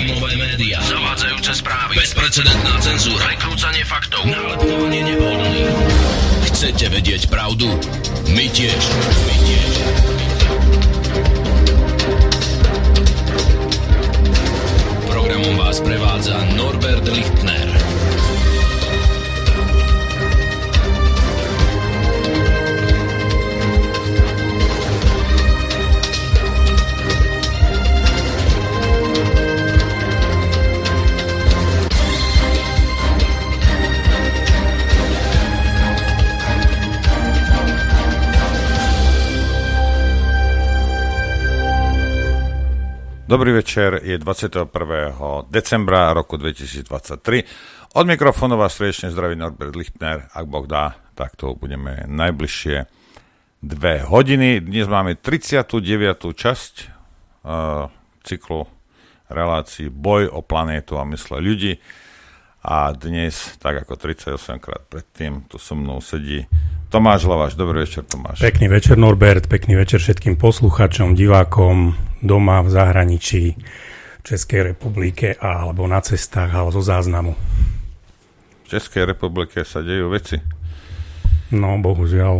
mainstreamové médiá, zavádzajúce správy, bezprecedentná cenzúra, prekrúcanie faktov, nálepkovanie nevhodných. Chcete vedieť pravdu? My tiež. Programom vás prevádza Norbert Lichtner. Dobrý večer, je 21. decembra roku 2023. Od mikrofónu vás srdečne zdraví Norbert Lichtner. Ak Boh dá, tak to budeme najbližšie 2 hodiny. Dnes máme 39. časť cyklu relácií Boj o planétu a mysle ľudí. A dnes, tak ako 38 krát predtým, tu so mnou sedí Tomáš Hlavaš. Dobrý večer, Tomáš. Pekný večer, Norbert. Pekný večer všetkým posluchačom, divákom doma, v zahraničí, v Českej republike alebo na cestách, alebo zo záznamu. V Českej republike sa dejú veci. No, bohužiaľ.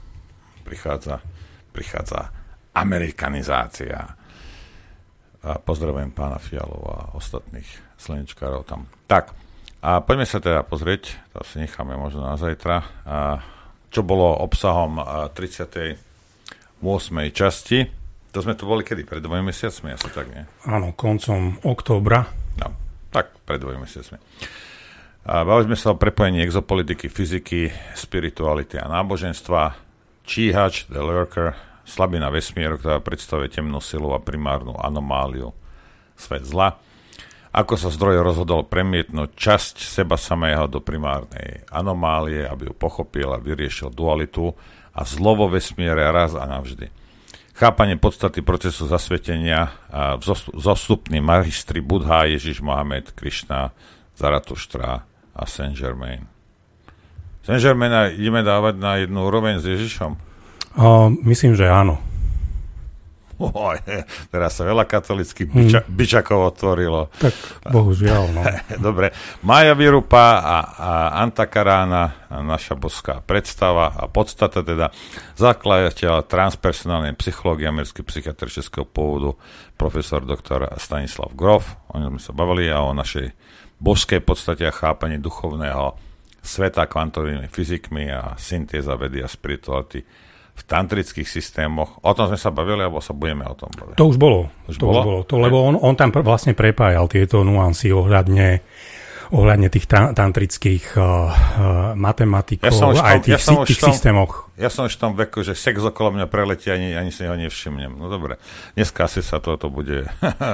Prichádza amerikanizácia. A pozdravujem pána Fialu a ostatných slnečkárov tam. Tak, a poďme sa teda pozrieť, to si necháme možno na zajtra, čo bolo obsahom 38. časti. To sme tu boli kedy? Pred 2 mesiacmi? Asi tak, nie? Áno, koncom októbra. No, tak pred 2 mesiacmi. Bavili sme sa o prepojení exopolitiky, fyziky, spirituality a náboženstva. Číhač, The Lurker, slabina vesmíru, ktorá predstavuje temnú silu a primárnu anomáliu, svet zla. Ako sa zdroj rozhodol premietnúť časť seba samého do primárnej anomálie, aby ju pochopil a vyriešil dualitu a zlo vo vesmíre raz a navždy. Chápanie podstaty procesu zasvetenia a zostupní magistri Buddha, Ježiš, Mohamed, Krišna, Zaratuštra a Saint-Germain. Saint-Germaina ideme dávať na jednu úroveň s Ježišom? Myslím, že áno. Teraz sa veľa katolických bičakov otvorilo. Tak bohužiaľ, no. Dobre. Mája Virupa a Antakarána, naša boská predstava a podstata teda zakladateľ transpersonálnej psychológie, americký psychiatr českého pôvodu, profesor doktor Stanislav Grof. O ňom sme sa bavili a o našej božskej podstate a chápaní duchovného sveta kvantovými fyzikmi a syntéza vedy a spirituality v tantrických systémoch. O tom sme sa bavili, alebo sa budeme o tom baviť? To už bolo. Lebo on tam vlastne prepájal tieto nuancy ohľadne tých tantrických matematikov aj tých systémoch. Ja som už v tom veku, že sex okolo mňa preletí, ani si ho nevšimnem. No dobre, dneska asi sa toto bude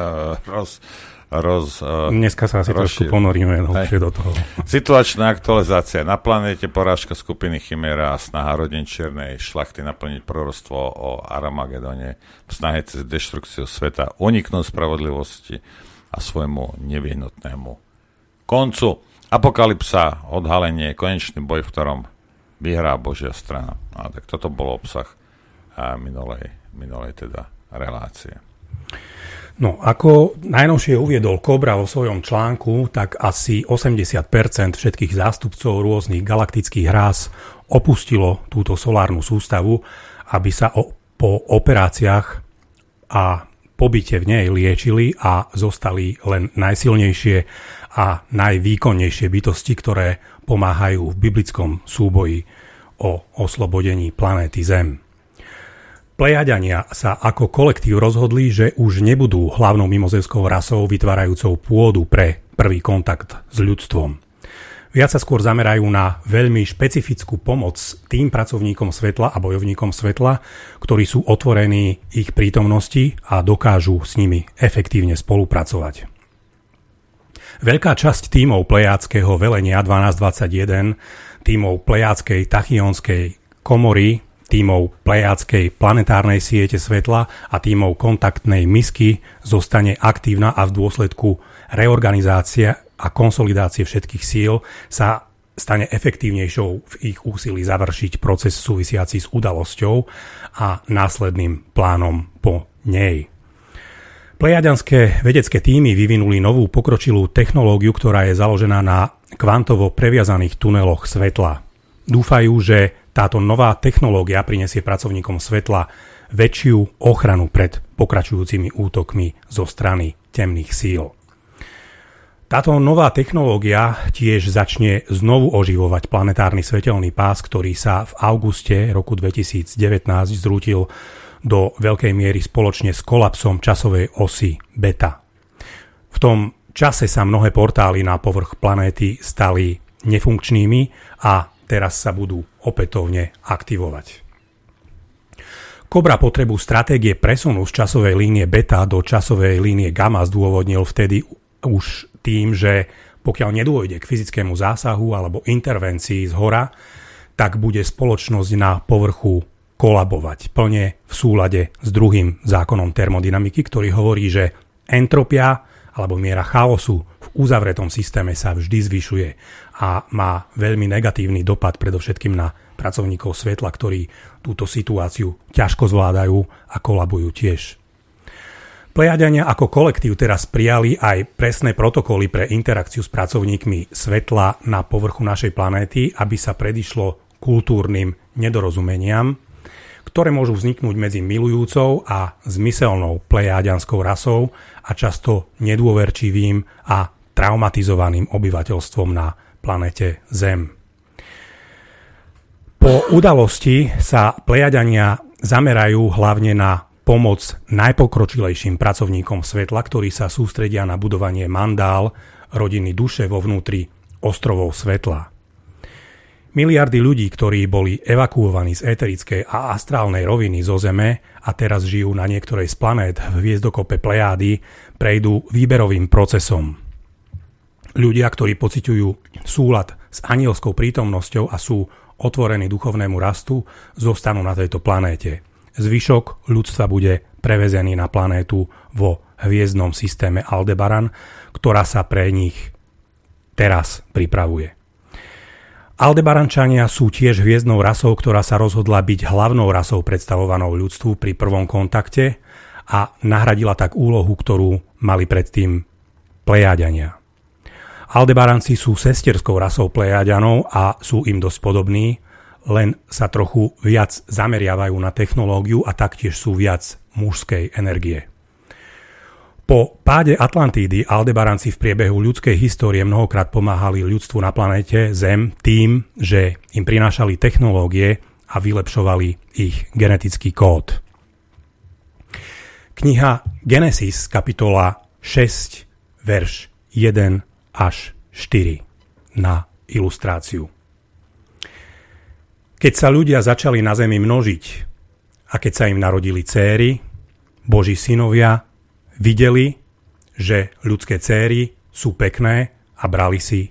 Dneska sa asi trošku ponoríme hlbšie do toho. Situačná aktualizácia na planéte, porážka skupiny Chiméra a snaha rodín čiernej šlachty naplniť proroctvo o Armagedone v snahe cez deštrukciu sveta uniknúť spravodlivosti a svojmu nevyhnutnému koncu. Apokalypsa, odhalenie, konečný boj, v ktorom vyhrá Božia strana. A tak toto bol obsah minulej teda relácie. No, ako najnovšie uviedol Kobra vo svojom článku, tak asi 80% všetkých zástupcov rôznych galaktických rás opustilo túto solárnu sústavu, aby sa po operáciách a pobyte v nej liečili a zostali len najsilnejšie a najvýkonnejšie bytosti, ktoré pomáhajú v biblickom súboji o oslobodení planéty Zem. Plejadiania sa ako kolektív rozhodli, že už nebudú hlavnou mimozemskou rasou vytvárajúcou pôdu pre prvý kontakt s ľudstvom. Viac sa skôr zamerajú na veľmi špecifickú pomoc tým pracovníkom svetla a bojovníkom svetla, ktorí sú otvorení ich prítomnosti a dokážu s nimi efektívne spolupracovať. Veľká časť tímov plejádskeho velenia 1221, tímov plejádskej tachionskej komory, tímov plejádskej planetárnej siete svetla a tímov kontaktnej misky zostane aktívna a v dôsledku reorganizácie a konsolidácie všetkých síl sa stane efektívnejšou v ich úsilí završiť proces súvisiaci s udalosťou a následným plánom po nej. Plejadianské vedecké tímy vyvinuli novú pokročilú technológiu, ktorá je založená na kvantovo previazaných tuneloch svetla. Dúfajú, že táto nová technológia prinesie pracovníkom svetla väčšiu ochranu pred pokračujúcimi útokmi zo strany temných síl. Táto nová technológia tiež začne znovu oživovať planetárny svetelný pás, ktorý sa v auguste roku 2019 zrútil do veľkej miery spoločne s kolapsom časovej osy beta. V tom čase sa mnohé portály na povrch planéty stali nefunkčnými a teraz sa budú opätovne aktivovať. Kobra potrebu stratégie presunu z časovej línie beta do časovej línie gamma zdôvodnil vtedy už tým, že pokiaľ nedôjde k fyzickému zásahu alebo intervencii zhora, tak bude spoločnosť na povrchu kolabovať plne v súlade s druhým zákonom termodynamiky, ktorý hovorí, že entropia alebo miera chaosu v uzavretom systéme sa vždy zvyšuje a má veľmi negatívny dopad predovšetkým na pracovníkov svetla, ktorí túto situáciu ťažko zvládajú a kolabujú tiež. Plejadiania ako kolektív teraz prijali aj presné protokoly pre interakciu s pracovníkmi svetla na povrchu našej planéty, aby sa predišlo kultúrnym nedorozumeniam, ktoré môžu vzniknúť medzi milujúcou a zmyselnou plejadianskou rasou a často nedôverčivým a traumatizovaným obyvateľstvom na planete Zem. Po udalosti sa plejadiania zamerajú hlavne na pomoc najpokročilejším pracovníkom svetla, ktorí sa sústredia na budovanie mandál, rodiny duše vo vnútri ostrovov svetla. Miliardy ľudí, ktorí boli evakuovaní z éterickej a astrálnej roviny zo Zeme a teraz žijú na niektorej z planét v hviezdokope Plejády, prejdú výberovým procesom. Ľudia, ktorí pociťujú súlad s anielskou prítomnosťou a sú otvorení duchovnému rastu, zostanú na tejto planéte. Zvyšok ľudstva bude prevezený na planétu vo hviezdnom systéme Aldebaran, ktorá sa pre nich teraz pripravuje. Aldebarančania sú tiež hviezdnou rasou, ktorá sa rozhodla byť hlavnou rasou predstavovanou ľudstvu pri prvom kontakte a nahradila tak úlohu, ktorú mali predtým Plejadiania. Aldebaranci sú sesterskou rasou Plejadianov a sú im dosť podobní, len sa trochu viac zameriavajú na technológiu a taktiež sú viac mužskej energie. Po páde Atlantídy Aldebaranci v priebehu ľudskej histórie mnohokrát pomáhali ľudstvu na planéte Zem tým, že im prinášali technológie a vylepšovali ich genetický kód. Kniha Genesis, kapitola 6, verš 1 až 4 na ilustráciu. Keď sa ľudia začali na zemi množiť a keď sa im narodili céry, Boží synovia videli, že ľudské céry sú pekné a brali si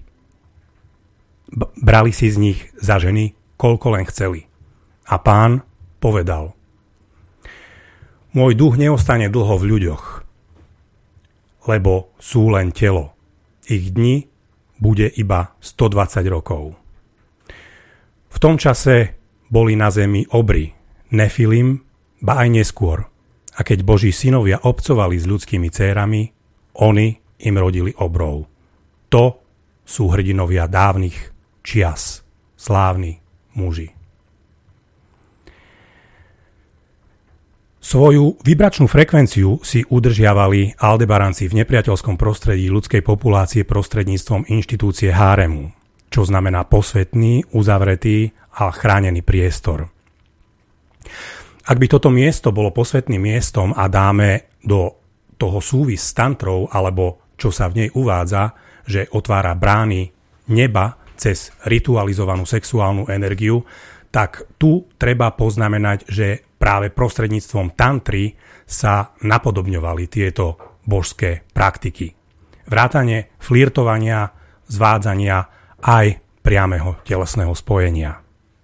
z nich za ženy, koľko len chceli. A Pán povedal: Môj duch neostane dlho v ľuďoch, lebo sú len telo. Ich dni bude iba 120 rokov. V tom čase boli na zemi obry, Nefilim, ba aj neskôr. A keď Boží synovia obcovali s ľudskými dcérami, oni im rodili obrov. To sú hrdinovia dávnych čias, slávni muži. Svoju vibračnú frekvenciu si udržiavali Aldebaranci v nepriateľskom prostredí ľudskej populácie prostredníctvom inštitúcie háremu, čo znamená posvätný, uzavretý a chránený priestor. Ak by toto miesto bolo posvätným miestom a dáme do toho súvis s tantrou, alebo čo sa v nej uvádza, že otvára brány neba cez ritualizovanú sexuálnu energiu, tak tu treba poznamenať, že práve prostredníctvom tantry sa napodobňovali tieto božské praktiky. Vrátane flirtovania, zvádzania aj priameho telesného spojenia.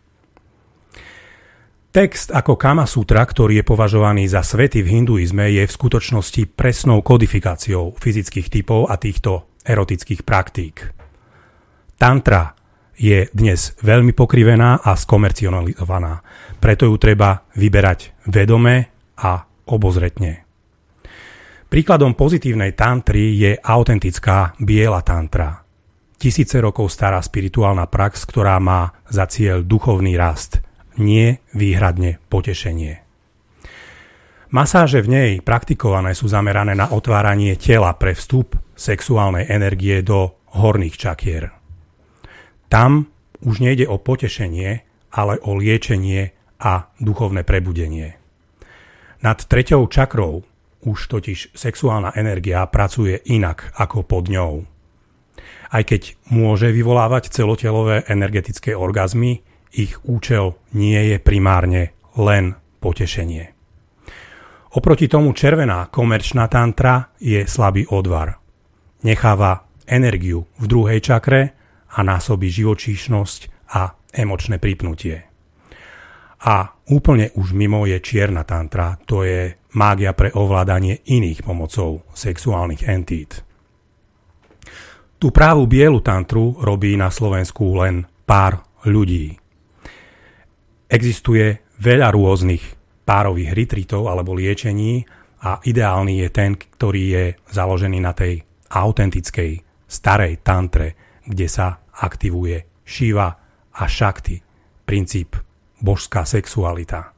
Text ako Kama Sutra, ktorý je považovaný za svätý v hinduizme, je v skutočnosti presnou kodifikáciou fyzických typov a týchto erotických praktík. Tantra je dnes veľmi pokrivená a skomercionalizovaná, preto ju treba vyberať vedome a obozretne. Príkladom pozitívnej tantry je autentická biela tantra. Tisíce rokov stará spirituálna prax, ktorá má za cieľ duchovný rast, nie výhradne potešenie. Masáže v nej praktikované sú zamerané na otváranie tela pre vstup sexuálnej energie do horných čakier. Tam už nejde o potešenie, ale o liečenie a duchovné prebudenie. Nad 3. čakrou už totiž sexuálna energia pracuje inak ako pod ňou. Aj keď môže vyvolávať celotelové energetické orgazmy, ich účel nie je primárne len potešenie. Oproti tomu červená komerčná tantra je slabý odvar. Necháva energiu v 2. čakre a násobí živočíšnosť a emočné pripnutie. A úplne už mimo je čierna tantra, to je mágia pre ovládanie iných pomocou sexuálnych entít. Tú právu bielu tantru robí na Slovensku len pár ľudí. Existuje veľa rôznych párových retreatov alebo liečení a ideálny je ten, ktorý je založený na tej autentickej starej tantre, kde sa aktivuje Šiva a Šakti, princíp božská sexualita.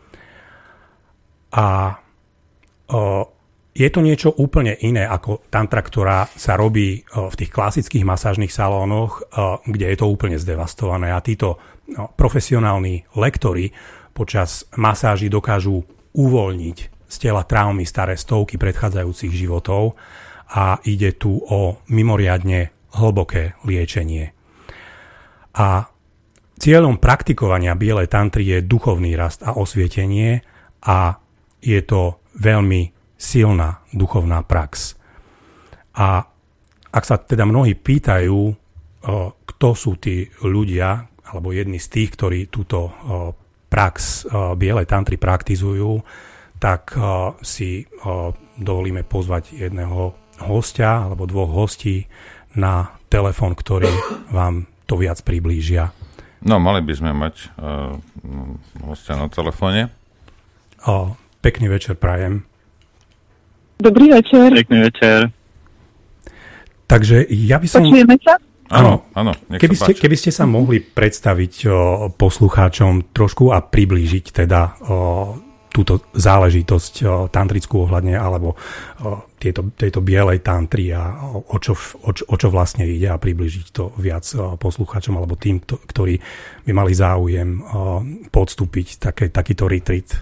A je to niečo úplne iné ako tantra, ktorá sa robí v tých klasických masážnych salónoch, kde je to úplne zdevastované a títo profesionálni lektori počas masáží dokážu uvoľniť z tela traumy staré stovky predchádzajúcich životov a ide tu o mimoriadne hlboké liečenie. A cieľom praktikovania bielej tantry je duchovný rast a osvietenie a je to veľmi silná duchovná prax. A ak sa teda mnohí pýtajú, kto sú tí ľudia, alebo jedni z tých, ktorí túto prax bielej tantry praktizujú, tak si dovolíme pozvať jedného hostia alebo 2 hostí na telefón, ktorí vám to viac priblížia. No, mali by sme mať hostia na telefóne. Pekný večer prajem. Dobrý večer. Pekný večer. Takže ja by som... Počujeme sa? Áno, keby ste sa mohli predstaviť poslucháčom trošku a priblížiť teda túto záležitosť tantrickú ohľadne alebo tejto bielej tantry a o čo vlastne ide a priblížiť to viac poslucháčom alebo tým, ktorí by mali záujem podstúpiť takýto retreat.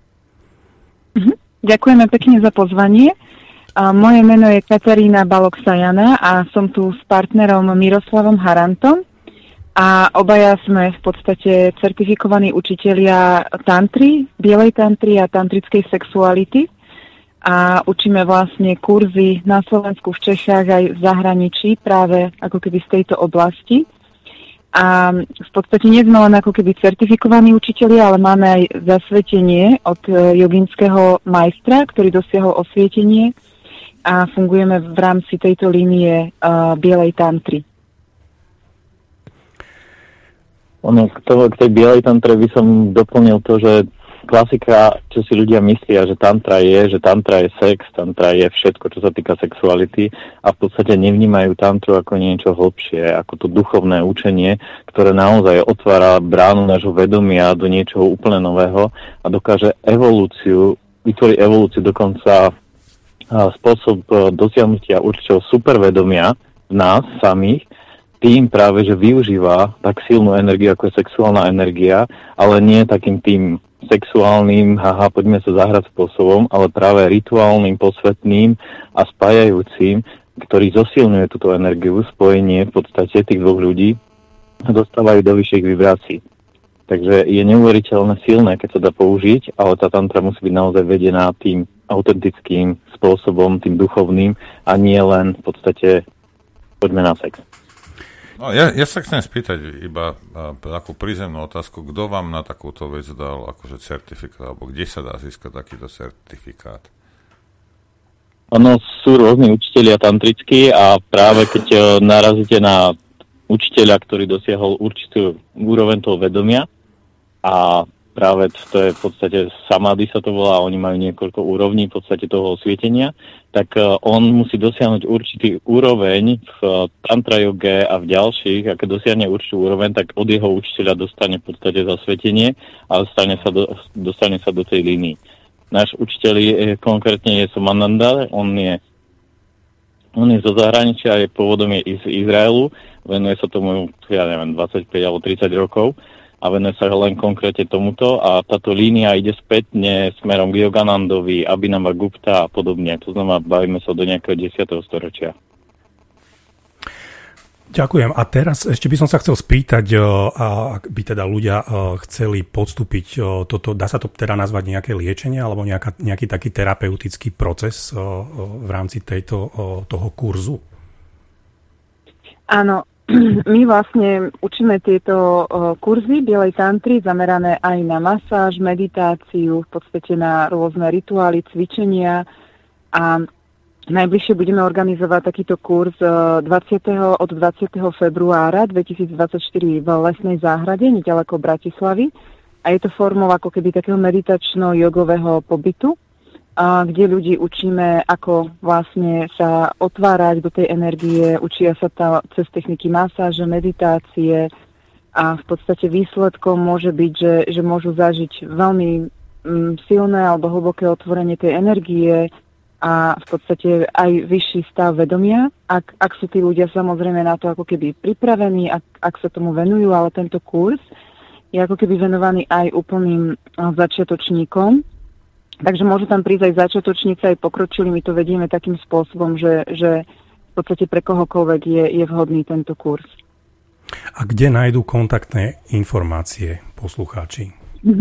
Ďakujeme pekne za pozvanie. Moje meno je Katarína Balok-Sajana a som tu s partnerom Miroslavom Harantom a obaja sme v podstate certifikovaní učitelia tantry, bielej tantry a tantrickej sexuality a učíme vlastne kurzy na Slovensku, v Čechách aj v zahraničí práve ako keby z tejto oblasti. A v podstate nie sme len ako keby certifikovaní učitelia, ale máme aj zasvetenie od joginského majstra, ktorý dosiahol osvietenie a fungujeme v rámci tejto línie bielej tantry. K tej bielej tantre by som doplnil to, že klasika, čo si ľudia myslia, že tantra je sex, tantra je všetko, čo sa týka sexuality a v podstate nevnímajú tantru ako niečo hlbšie, ako to duchovné učenie, ktoré naozaj otvára bránu nášho vedomia do niečoho úplne nového a dokáže vytvoriť evolúciu dokonca spôsob dosiahnutia určitého supervedomia v nás samých, tým práve, že využíva tak silnú energiu, ako je sexuálna energia, ale nie takým tým sexuálnym, poďme sa zahrať spôsobom, ale práve rituálnym, posvetným a spájajúcim, ktorý zosilňuje túto energiu, spojenie v podstate tých 2 ľudí dostávajú do vyšších vibrácií. Takže je neuveriteľne silné, keď sa dá použiť, ale tá tantra musí byť naozaj vedená tým autentickým spôsobom, tým duchovným a nie len v podstate poďme na sex. No, ja sa chcem spýtať iba takú prízemnú otázku, kto vám na takúto vec dal akože certifikát, alebo kde sa dá získať takýto certifikát? Ono sú rôzni učitelia tantrickí a práve keď narazíte na učiteľa, ktorý dosiahol určitú úroveň toho vedomia a práve to je v podstate samadhi sa to volá, oni majú niekoľko úrovní v podstate toho osvietenia, tak on musí dosiahnuť určitý úroveň v tantra joge a v ďalších, a keď dosiahne určitú úroveň, tak od jeho učiteľa dostane v podstate zasvetenie a dostane sa do tej línii. Náš učiteľ konkrétne je Somananda, on je zo zahraničia, je pôvodom je z Izraelu, venuje sa tomu, 25 alebo 30 rokov a venuje sa len konkrétne tomuto a táto línia ide spätne smerom k Yoganandovi, Abhinava Gupta a podobne. To znamená, bavíme sa do nejakého 10. storočia. Ďakujem. A teraz ešte by som sa chcel spýtať, ak by teda ľudia chceli podstúpiť toto, dá sa to teda nazvať nejaké liečenie alebo nejaký taký terapeutický proces v rámci toho kurzu? Áno, my vlastne učíme tieto kurzy bielej tantry zamerané aj na masáž, meditáciu, v podstate na rôzne rituály, cvičenia a najbližšie budeme organizovať takýto kurz od 20. februára 2024 v Lesnej záhrade, neďaleko Bratislavy. A je to formou ako keby takého meditačno-jogového pobytu, kde ľudí učíme, ako vlastne sa otvárať do tej energie, učia sa cez techniky masáže, meditácie a v podstate výsledkom môže byť, že môžu zažiť veľmi silné alebo hlboké otvorenie tej energie, a v podstate aj vyšší stav vedomia, ak sú tí ľudia samozrejme na to ako keby pripravení, ak sa tomu venujú, ale tento kurz je ako keby venovaný aj úplným začiatočníkom. Takže môžu tam prísť aj začiatočníci, aj pokročili, my to vedieme takým spôsobom, že v podstate pre kohokoľvek je vhodný tento kurz. A kde nájdú kontaktné informácie poslucháči?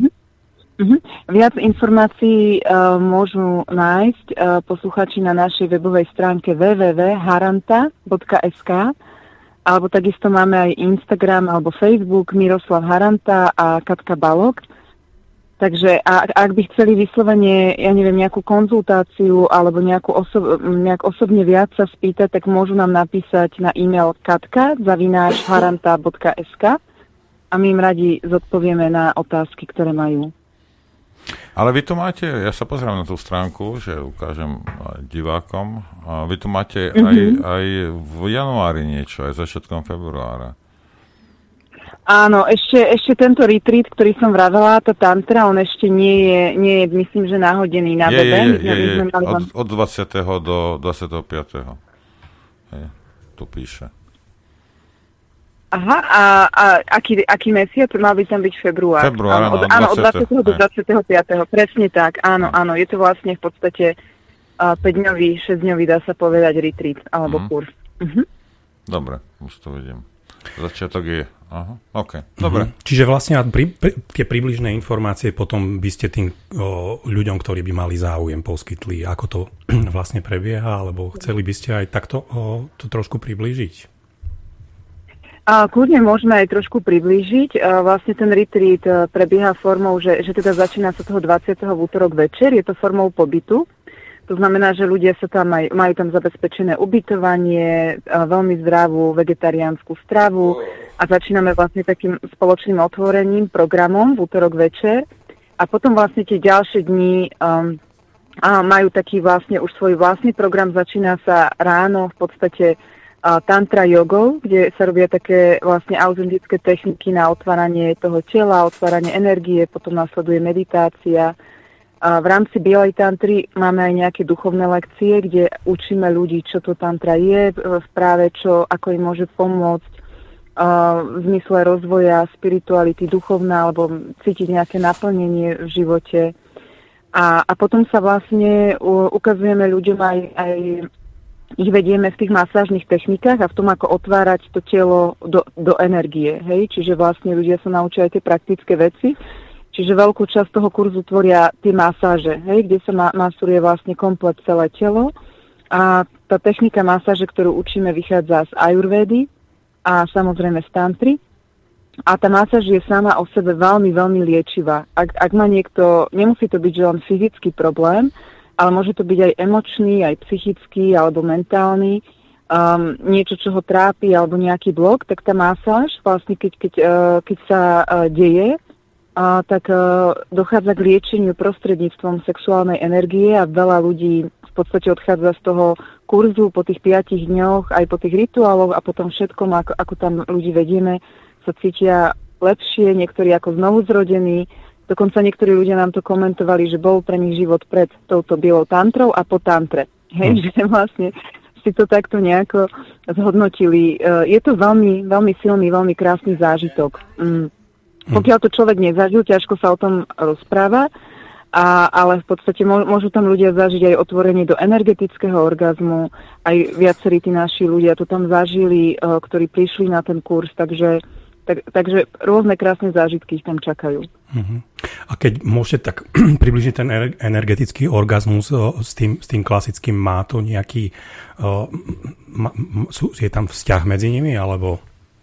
Viac informácií môžu nájsť posluchači na našej webovej stránke www.haranta.sk alebo takisto máme aj Instagram alebo Facebook Miroslav Haranta a Katka Balog. Takže ak by chceli vyslovene, nejakú konzultáciu alebo nejak osobne viac sa spýtať, tak môžu nám napísať na e-mail katka@haranta.sk a my im radi zodpovieme na otázky, ktoré majú. Ale vy tu máte, ja sa pozriem na tú stránku, že ukážem divákom, a vy tu máte aj v januári niečo, aj začiatkom februára. Áno, ešte tento retreat, ktorý som vravela, tá tantra, on ešte nie je myslím, že nahodený na webe. Je. Od 20. do 25. Tu píše. Aha, a aký mesiac? Mal by tam byť február. Február, áno, od 20. do 25. Presne tak, áno. Je to vlastne v podstate 5-dňový, 6-dňový, dá sa povedať, retreat, alebo kurz. Dobre, už to vidím. Začiatok je... Aha, OK, dobre. Čiže vlastne tie približné informácie potom by ste tým ľuďom, ktorí by mali záujem, poskytli, ako to vlastne prebieha, alebo chceli by ste aj takto to trošku priblížiť? Kľudne môžeme aj trošku priblížiť. Vlastne ten retreat prebieha formou, že teda začína sa toho 20. v útorok večer. Je to formou pobytu. To znamená, že ľudia sa tam majú tam zabezpečené ubytovanie, veľmi zdravú vegetariánsku stravu a začíname vlastne takým spoločným otvorením, programom v útorok večer. A potom vlastne tie ďalšie dni majú taký vlastne už svoj vlastný program. Začína sa ráno v podstate tantra jogou, kde sa robia také vlastne autentické techniky na otváranie toho tela, otváranie energie, potom nasleduje meditácia. A v rámci bielej tantry máme aj nejaké duchovné lekcie, kde učíme ľudí, čo to tantra je, práve ako im môže pomôcť v zmysle rozvoja spirituality duchovná, alebo cítiť nejaké naplnenie v živote. A potom sa vlastne ukazujeme ľuďom aj ich vedieme v tých masážnych technikách a v tom, ako otvárať to telo do energie. Hej? Čiže vlastne ľudia sa naučia aj tie praktické veci. Čiže veľkú časť toho kurzu tvoria tie masáže, hej? Kde sa masuje vlastne komplet celé telo. A tá technika masáže, ktorú učíme, vychádza z ajurvédy a samozrejme z tantry. A tá masáž je sama o sebe veľmi, veľmi liečivá. Ak má niekto, nemusí to byť len fyzický problém, ale môže to byť aj emočný, aj psychický, alebo mentálny, niečo, čo ho trápi, alebo nejaký blok, tak tá masáž, vlastne keď sa deje, tak dochádza k liečeniu prostredníctvom sexuálnej energie a veľa ľudí v podstate odchádza z toho kurzu po tých 5 dňoch, aj po tých rituáloch a potom všetkom, ako tam ľudí vedieme, sa cítia lepšie, niektorí ako znovu zrodení. Dokonca niektorí ľudia nám to komentovali, že bol pre nich život pred touto bielou tantrou a po tantre. Hej, že vlastne si to takto nejako zhodnotili. Je to veľmi, veľmi silný, veľmi krásny zážitok. Pokiaľ to človek nezažil, ťažko sa o tom rozpráva, ale v podstate môžu tam ľudia zažiť aj otvorenie do energetického orgazmu. Aj viacerí tí naši ľudia to tam zažili, ktorí prišli na ten kurz, takže rôzne krásne zážitky ich tam čakajú. A keď môžete tak približiť ten energetický orgazmus s tým klasickým, má to nejaký... je tam vzťah medzi nimi, alebo...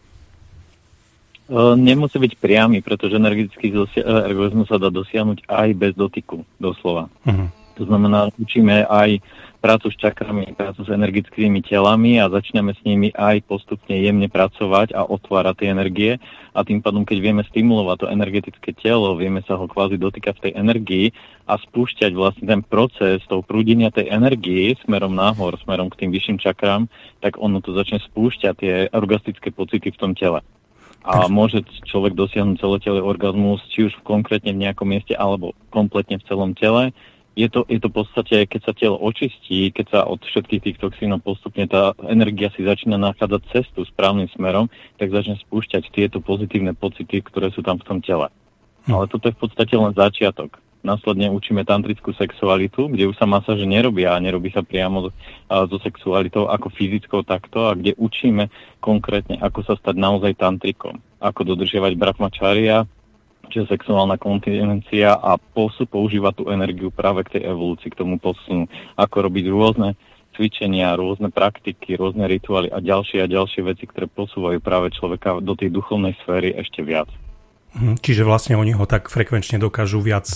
Nemusí byť priamy, pretože energetický orgazmus sa dá dosiahnuť aj bez dotyku, doslova. To znamená, učíme aj prácu s čakrami, prácu s energetickými telami a začíname s nimi aj postupne jemne pracovať a otvárať tie energie a tým pádom, keď vieme stimulovať to energetické telo, vieme sa ho kvázi dotýkať v tej energii a spúšťať vlastne ten proces toho prúdenia tej energii smerom nahor, smerom k tým vyšším čakrám, tak ono to začne spúšťať tie orgastické pocity v tom tele. A môže človek dosiahnuť celotelý orgazmus, či už konkrétne v nejakom mieste, alebo kompletne v celom tele. Je to v podstate, keď sa telo očistí, keď sa od všetkých tých toxínov postupne tá energia si začína nachádzať cestu správnym smerom, tak začne spúšťať tieto pozitívne pocity, ktoré sú tam v tom tele. Ale toto je v podstate len začiatok. Následne učíme tantrickú sexualitu, kde už sa masáže nerobia a nerobí sa priamo so sexualitou ako fyzickou takto a kde učíme konkrétne, ako sa stať naozaj tantrikom, ako dodržiavať brahmacharya, čiže sexuálna kontinencia a používať tú energiu práve k tej evolúcii, k tomu posunu, ako robiť rôzne cvičenia, rôzne praktiky, rôzne rituály a ďalšie veci, ktoré posúvajú práve človeka do tej duchovnej sféry ešte viac. Čiže vlastne oni ho tak frekvenčne dokážu viac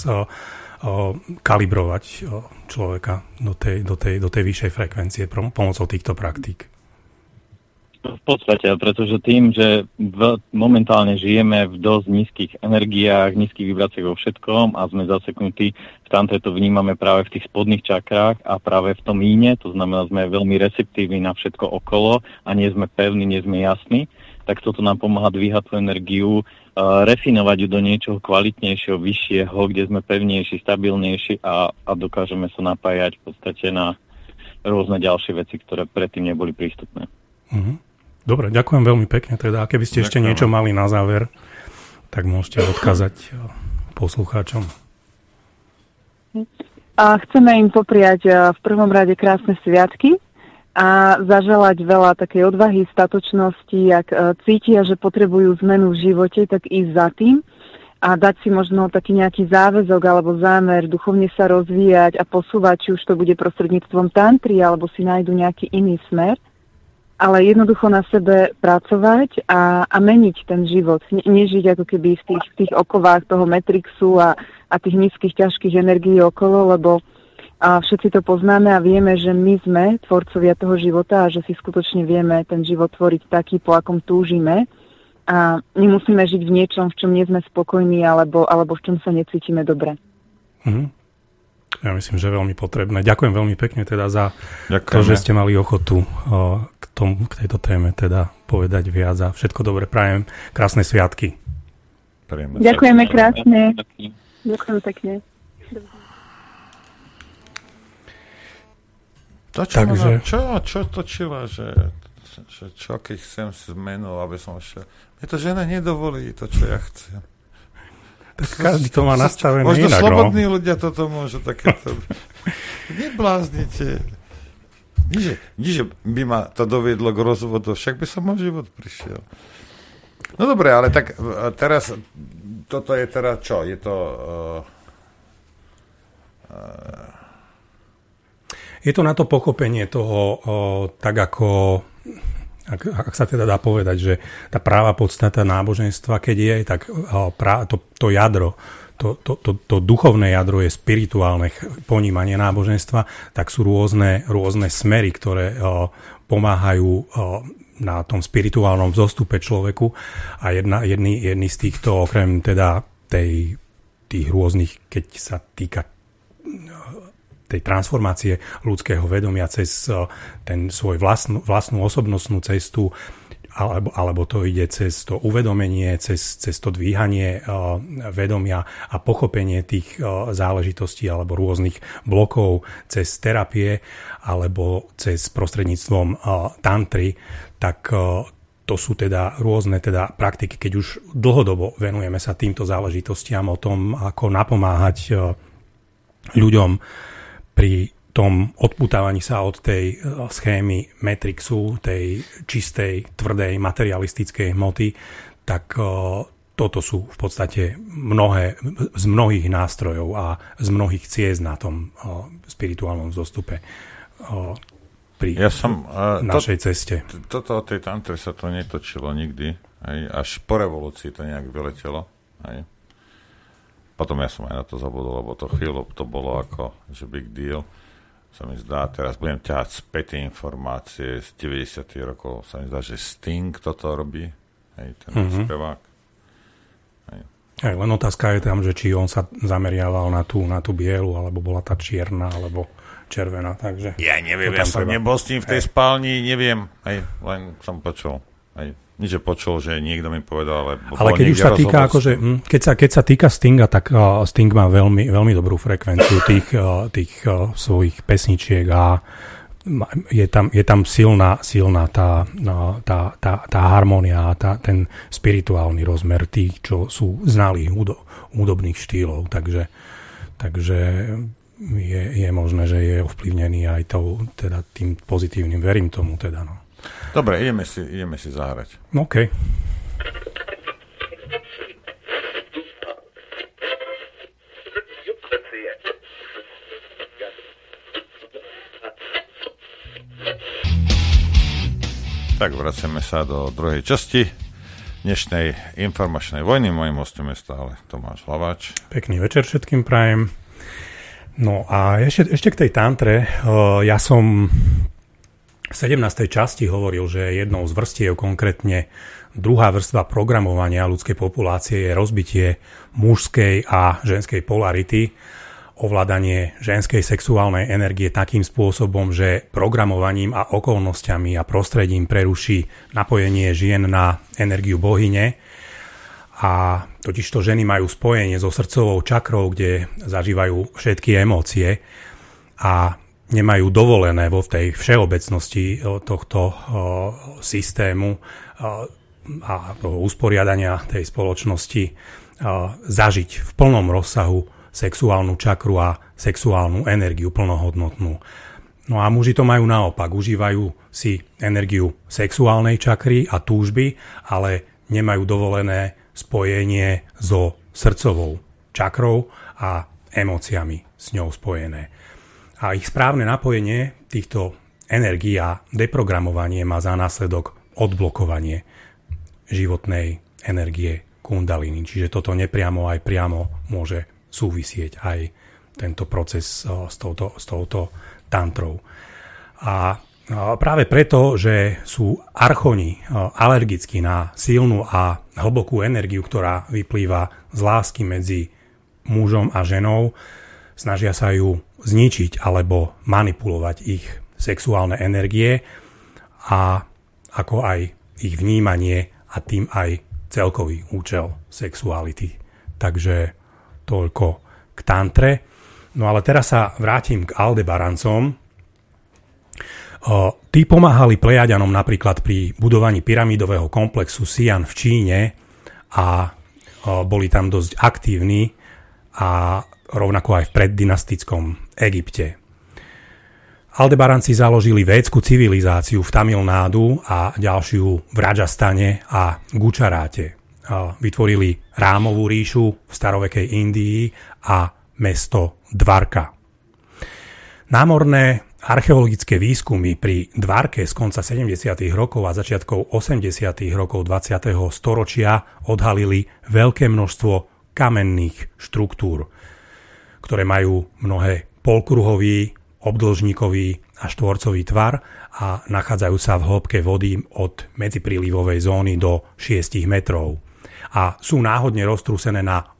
kalibrovať človeka do tej vyššej frekvencie pomocou týchto praktík. V podstate, pretože tým, že momentálne žijeme v dosť nízkych energiách, nízkych vibráciách vo všetkom a sme zaseknutí, v tantre to vnímame práve v tých spodných čakrách a práve v tom jíne, to znamená, sme veľmi receptívni na všetko okolo a nie sme pevní, nie sme jasní, tak toto nám pomáha dvíhať tú energiu, refinovať ju do niečoho kvalitnejšieho, vyššieho, kde sme pevnejší, stabilnejší a dokážeme sa napájať v podstate na rôzne ďalšie veci, ktoré predtým neboli prístupné. Dobre, ďakujem veľmi pekne. Teda, keby ste ešte niečo mali na záver, tak môžete odkázať poslucháčom. A chceme im popriať v prvom rade krásne sviatky a zaželať veľa takej odvahy, statočnosti, ak cítia, že potrebujú zmenu v živote, tak ísť za tým a dať si možno taký nejaký záväzok alebo zámer, duchovne sa rozvíjať a posúvať, či už to bude prostredníctvom tantry, alebo si nájdu nejaký iný smer. Ale jednoducho na sebe pracovať a meniť ten život. Nežiť ako keby v tých okovách toho Matrixu a tých nízkych, ťažkých energií okolo, lebo všetci to poznáme a vieme, že my sme tvorcovia toho života a že si skutočne vieme ten život tvoriť taký, po akom túžime. A nemusíme žiť v niečom, v čom nie sme spokojní alebo v čom sa necítime dobre. Ja myslím, že veľmi potrebné. Ďakujem veľmi pekne teda za to, že ste mali ochotu k tejto téme teda povedať viac a všetko dobre prajem. Krásne sviatky. Ďakujeme krásne. Ďakujem pekne. Čo točila, že čo keď chcem zmenu, aby som šiel. Mne to žena nedovolí, to čo ja chcem. Tak každý to má nastavené možno inak. Možno slobodní ľudia toto môžu takéto. Nebláznite. Niže by ma to doviedlo k rozvodu, však by som môj život prišiel. No dobre, ale tak teraz, toto je teda čo? Je to... Je to na to pochopenie toho, tak ako... Ak sa teda dá povedať, že tá práva podstata náboženstva, keď je, tak to jadro, to duchovné jadro je spirituálne ponímanie náboženstva, tak sú rôzne smery, ktoré pomáhajú na tom spirituálnom vzostupe človeku a jedný z týchto, okrem teda tých rôznych, keď sa týka tej transformácie ľudského vedomia cez ten svoj vlastnú osobnostnú cestu, alebo to ide cez to uvedomenie, cez to dvíhanie vedomia a pochopenie tých záležitostí alebo rôznych blokov cez terapie alebo cez prostredníctvom tantry, tak to sú teda rôzne teda praktiky, keď už dlhodobo venujeme sa týmto záležitostiam o tom, ako napomáhať ľuďom pri tom odputávaní sa od tej schémy Matrixu, tej čistej, tvrdej, materialistickej hmoty, tak toto sú v podstate z mnohých nástrojov a z mnohých ciest na tom spirituálnom zostupe pri našej ceste. Toto o tej tantre sa to netočilo nikdy. Až po revolúcii to nejak vyletelo. Potom ja som aj na to zabudol, lebo to chvíľu to bolo ako, že big deal. Sa mi zdá, teraz budem ťahať späť informácie z 90. rokov. Sa mi zdá, že Sting toto robí. Ten spevák. Len otázka je tam, že či on sa zameriaval na tú bielu, alebo bola tá čierna, alebo červená. Takže ja neviem, ja som nebol s tým v tej spálni, neviem. Len som počul. Nič počul, že niekto mi povedal, ale keď už sa týka, akože, keď sa týka Stinga, tak Sting má veľmi, veľmi dobrú frekvenciu tých svojich pesničiek a je tam silná tá harmónia a ten spirituálny rozmer tých, čo sú znalí hudobných štýlov. Takže je možné, že je ovplyvnený aj tým pozitívnym. Verím tomu teda, no. Dobre, ideme si zahrať. OK. Tak, vraciame sa do druhej časti dnešnej informačnej vojny. Mojím hostom je stále Tomáš Hlaváč. Pekný večer všetkým prajem. No a ešte k tej tantre. Ja som v 17. časti hovoril, že jednou z vrstiev, konkrétne druhá vrstva programovania ľudskej populácie, je rozbitie mužskej a ženskej polarity, ovládanie ženskej sexuálnej energie takým spôsobom, že programovaním a okolnostiami a prostredím preruší napojenie žien na energiu bohyne. A totižto ženy majú spojenie so srdcovou čakrou, kde zažívajú všetky emócie a nemajú dovolené vo tej všeobecnosti tohto systému a toho usporiadania tej spoločnosti zažiť v plnom rozsahu sexuálnu čakru a sexuálnu energiu plnohodnotnú. No a muži to majú naopak. Užívajú si energiu sexuálnej čakry a túžby, ale nemajú dovolené spojenie so srdcovou čakrou a emóciami s ňou spojené. A ich správne napojenie týchto energií a deprogramovanie má za následok odblokovanie životnej energie kundalini. Čiže toto nepriamo aj priamo môže súvisieť aj tento proces s touto tantrou. A práve preto, že sú archoni alergickí na silnú a hlbokú energiu, ktorá vyplýva z lásky medzi mužom a ženou, snažia sa ju zničiť alebo manipulovať ich sexuálne energie a ako aj ich vnímanie a tým aj celkový účel sexuality. Takže toľko k tantre. No ale teraz sa vrátim k Aldebarancom. Tí pomáhali Plejadianom napríklad pri budovaní pyramidového komplexu Sian v Číne a boli tam dosť aktívni a rovnako aj v preddynastickom Egypte. Aldebaranci založili védsku civilizáciu v Tamil Nádu a ďalšiu v Rajasthane a Gučaráte. Vytvorili Rámovú ríšu v starovekej Indii a mesto Dvarka. Námorné archeologické výskumy pri Dvarke z konca 70. rokov a začiatkov 80. rokov 20. storočia odhalili veľké množstvo kamenných štruktúr, ktoré majú mnohé polkruhový, obdĺžnikový a štvorcový tvar a nachádzajú sa v hĺbke vody od medziprílivovej zóny do 6 metrov a sú náhodne roztrúsené na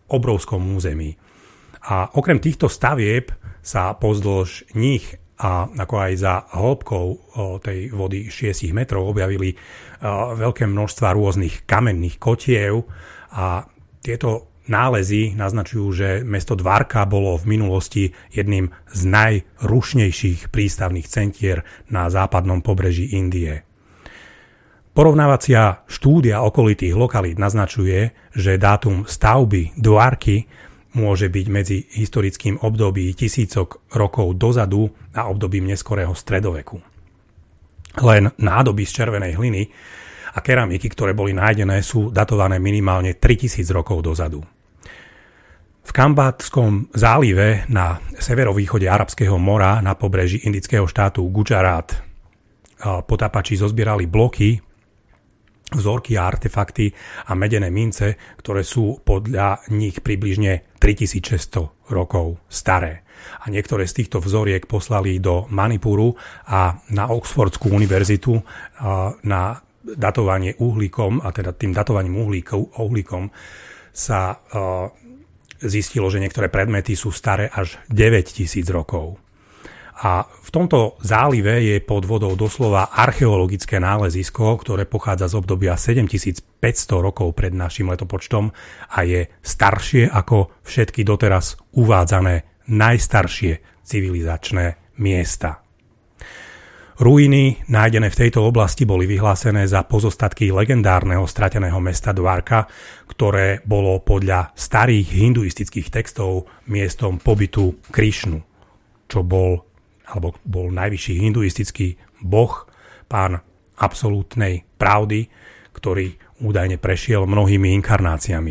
obrovskom území. A okrem týchto stavieb sa pozdĺž nich a ako aj za hĺbkou tej vody 6 metrov objavili veľké množstva rôznych kamenných kotiev a tieto nálezy naznačujú, že mesto Dvarka bolo v minulosti jedným z najrušnejších prístavných centier na západnom pobreží Indie. Porovnávacia štúdia okolitých lokalít naznačuje, že dátum stavby Dvarky môže byť medzi historickým období tisícok rokov dozadu a obdobím neskorého stredoveku. Len nádoby z červenej hliny a keramiky, ktoré boli nájdené, sú datované minimálne 3000 rokov dozadu. V Kambatskom zálive na severovýchode Arabského mora na pobreží indického štátu Gujarat potápači zozbierali bloky, vzorky a artefakty a medené mince, ktoré sú podľa nich približne 3600 rokov staré. A niektoré z týchto vzoriek poslali do Manipuru a na Oxfordskú univerzitu na datovanie uhlíkom, a teda tým datovaním uhlíkom sa zistilo, že niektoré predmety sú staré až 9000 rokov. A v tomto zálive je pod vodou doslova archeologické nálezisko, ktoré pochádza z obdobia 7500 rokov pred našim letopočtom a je staršie ako všetky doteraz uvádzané najstaršie civilizačné miesta. Ruiny nájdené v tejto oblasti boli vyhlásené za pozostatky legendárneho strateného mesta Dvarka, ktoré bolo podľa starých hinduistických textov miestom pobytu Krišnu, čo bol najvyšší hinduistický boh, pán absolútnej pravdy, ktorý údajne prešiel mnohými inkarnáciami.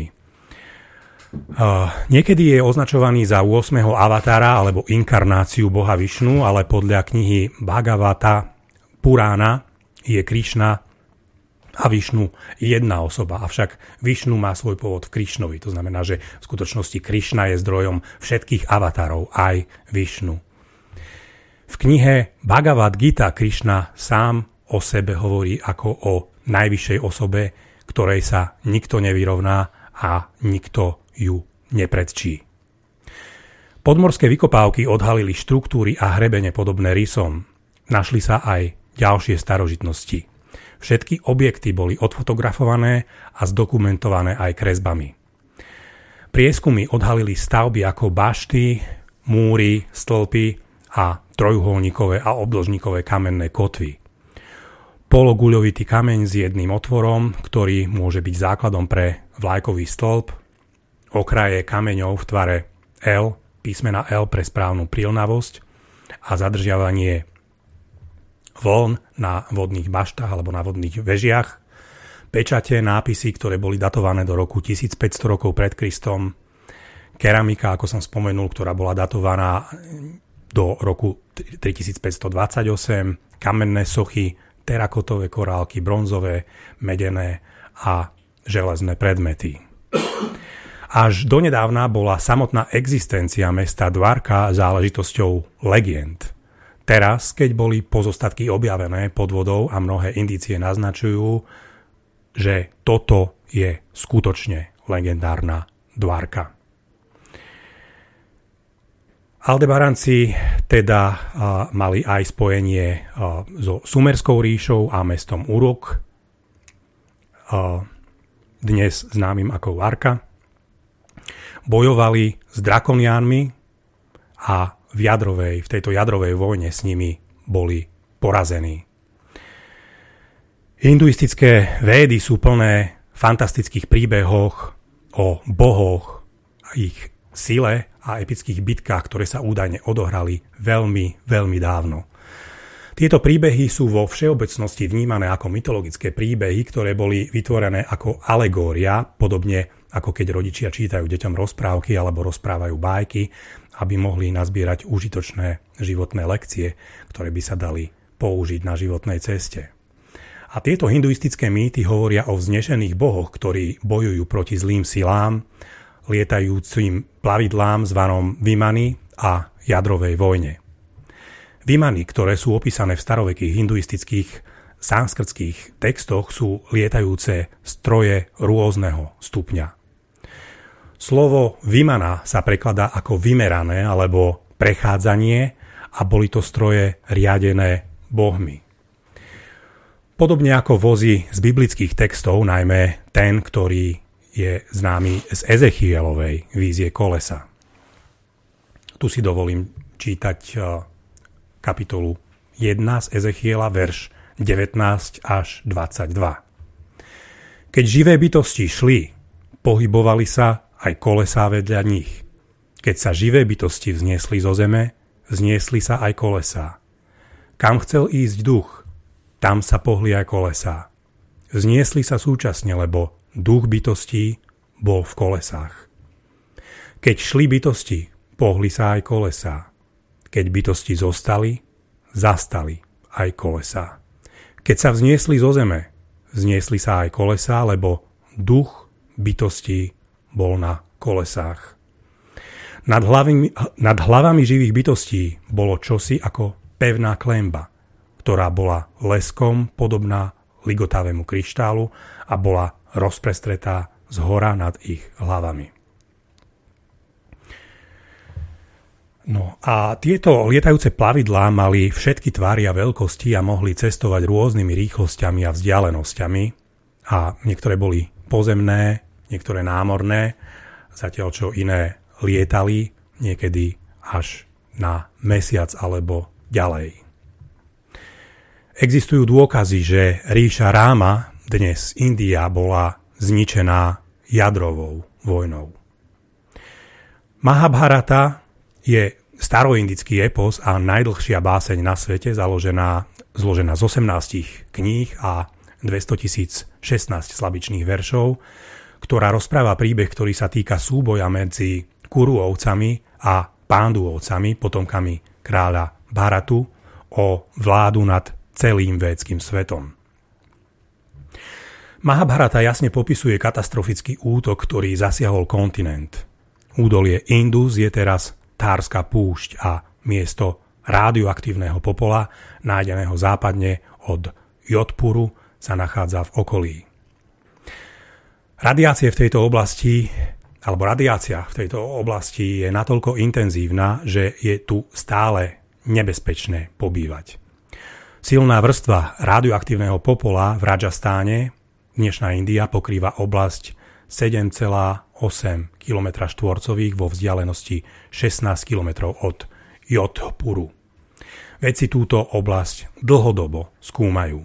Niekedy je označovaný za 8. avatára alebo inkarnáciu boha Višnu, ale podľa knihy Bhagavata Purána je Krišna a Višnu jedna osoba. Avšak Višnu má svoj pôvod v Krišnovi. To znamená, že v skutočnosti Krišna je zdrojom všetkých avatárov, aj Višnu. V knihe Bhagavad Gita Krišna sám o sebe hovorí ako o najvyššej osobe, ktorej sa nikto nevyrovná a nikto ju nepredčí. Podmorské vykopávky odhalili štruktúry a hrebene podobné rysom. Našli sa aj ďalšie starožitnosti. Všetky objekty boli odfotografované a zdokumentované aj kresbami. Prieskumy odhalili stavby ako bašty, múry, stĺpy a trojuholníkové a obdĺžnikové kamenné kotvy. Pologuľovitý kameň s jedným otvorom, ktorý môže byť základom pre vlajkový stĺp, okraje kameňov v tvare L, písmena L pre správnu prilnavosť a zadržiavanie vln na vodných baštách alebo na vodných vežiach, pečate, nápisy, ktoré boli datované do roku 1500 rokov pred Kristom, keramika, ako som spomenul, ktorá bola datovaná do roku 3528, kamenné sochy, terakotové korálky, bronzové, medené a železné predmety. Až donedávna bola samotná existencia mesta Dvarka záležitosťou legend. Teraz, keď boli pozostatky objavené pod vodou a mnohé indície naznačujú, že toto je skutočne legendárna Dvarka. Aldebaranci teda mali aj spojenie so Sumerskou ríšou a mestom Uruk, dnes známym ako Varka. Bojovali s drakoniánmi a v tejto jadrovej vojne s nimi boli porazení. Hinduistické védy sú plné fantastických príbehoch o bohoch a ich sile a epických bitkách, ktoré sa údajne odohrali veľmi, veľmi dávno. Tieto príbehy sú vo všeobecnosti vnímané ako mytologické príbehy, ktoré boli vytvorené ako alegória, podobne ako keď rodičia čítajú deťom rozprávky alebo rozprávajú bájky, aby mohli nazbierať užitočné životné lekcie, ktoré by sa dali použiť na životnej ceste. A tieto hinduistické mýty hovoria o vznešených bohoch, ktorí bojujú proti zlým silám, lietajúcim plavidlám zvanom Vimany a jadrovej vojne. Vimany, ktoré sú opísané v starovekých hinduistických sanskrtských textoch, sú lietajúce stroje rôzneho stupňa. Slovo vymana sa prekladá ako vymerané alebo prechádzanie a boli to stroje riadené bohmi. Podobne ako vozy z biblických textov, najmä ten, ktorý je známy z Ezechielovej vízie kolesa. Tu si dovolím čítať kapitolu 1 z Ezechiela, verš 19 až 22. Keď živé bytosti šli, pohybovali sa aj kolesá vedľa nich. Keď sa živé bytosti vzniesli zo zeme, vzniesli sa aj kolesá. Kam chcel ísť duch, tam sa pohli aj kolesá. Vzniesli sa súčasne, lebo duch bytostí bol v kolesách. Keď šli bytosti, pohli sa aj kolesá. Keď bytosti zostali, zastali aj kolesá. Keď sa vzniesli zo zeme, vzniesli sa aj kolesá, lebo duch bytostí bol na kolesách. Nad hlavami živých bytostí bolo čosi ako pevná klenba, ktorá bola leskom podobná ligotavému kryštálu a bola rozprestretá zhora nad ich hlavami. No a tieto lietajúce plavidlá mali všetky tvary a veľkosti a mohli cestovať rôznymi rýchlosťami a vzdialenosťami a niektoré boli pozemné, niektoré námorné, zatiaľ čo iné lietali niekedy až na mesiac alebo ďalej. Existujú dôkazy, že ríša Ráma, dnes India, bola zničená jadrovou vojnou. Mahabharata je staroindický epos a najdlhšia báseň na svete, zložená z 18 kníh a 216 slabičných veršov, ktorá rozpráva príbeh, ktorý sa týka súboja medzi Kuruovcami a Pánduovcami, potomkami kráľa Bharatu, o vládu nad celým védskym svetom. Mahabharata jasne popisuje katastrofický útok, ktorý zasiahol kontinent. Údolie Indus je teraz Thárska púšť a miesto radioaktívneho popola, nájdeného západne od Jodhpuru, sa nachádza v okolí. Radiácia v tejto oblasti je natoľko intenzívna, že je tu stále nebezpečné pobývať. Silná vrstva radioaktívneho popola v Rajastáne, dnešná India, pokrýva oblasť 7,8 km² vo vzdialenosti 16 km od Jodhpuru. Vedci túto oblasť dlhodobo skúmajú.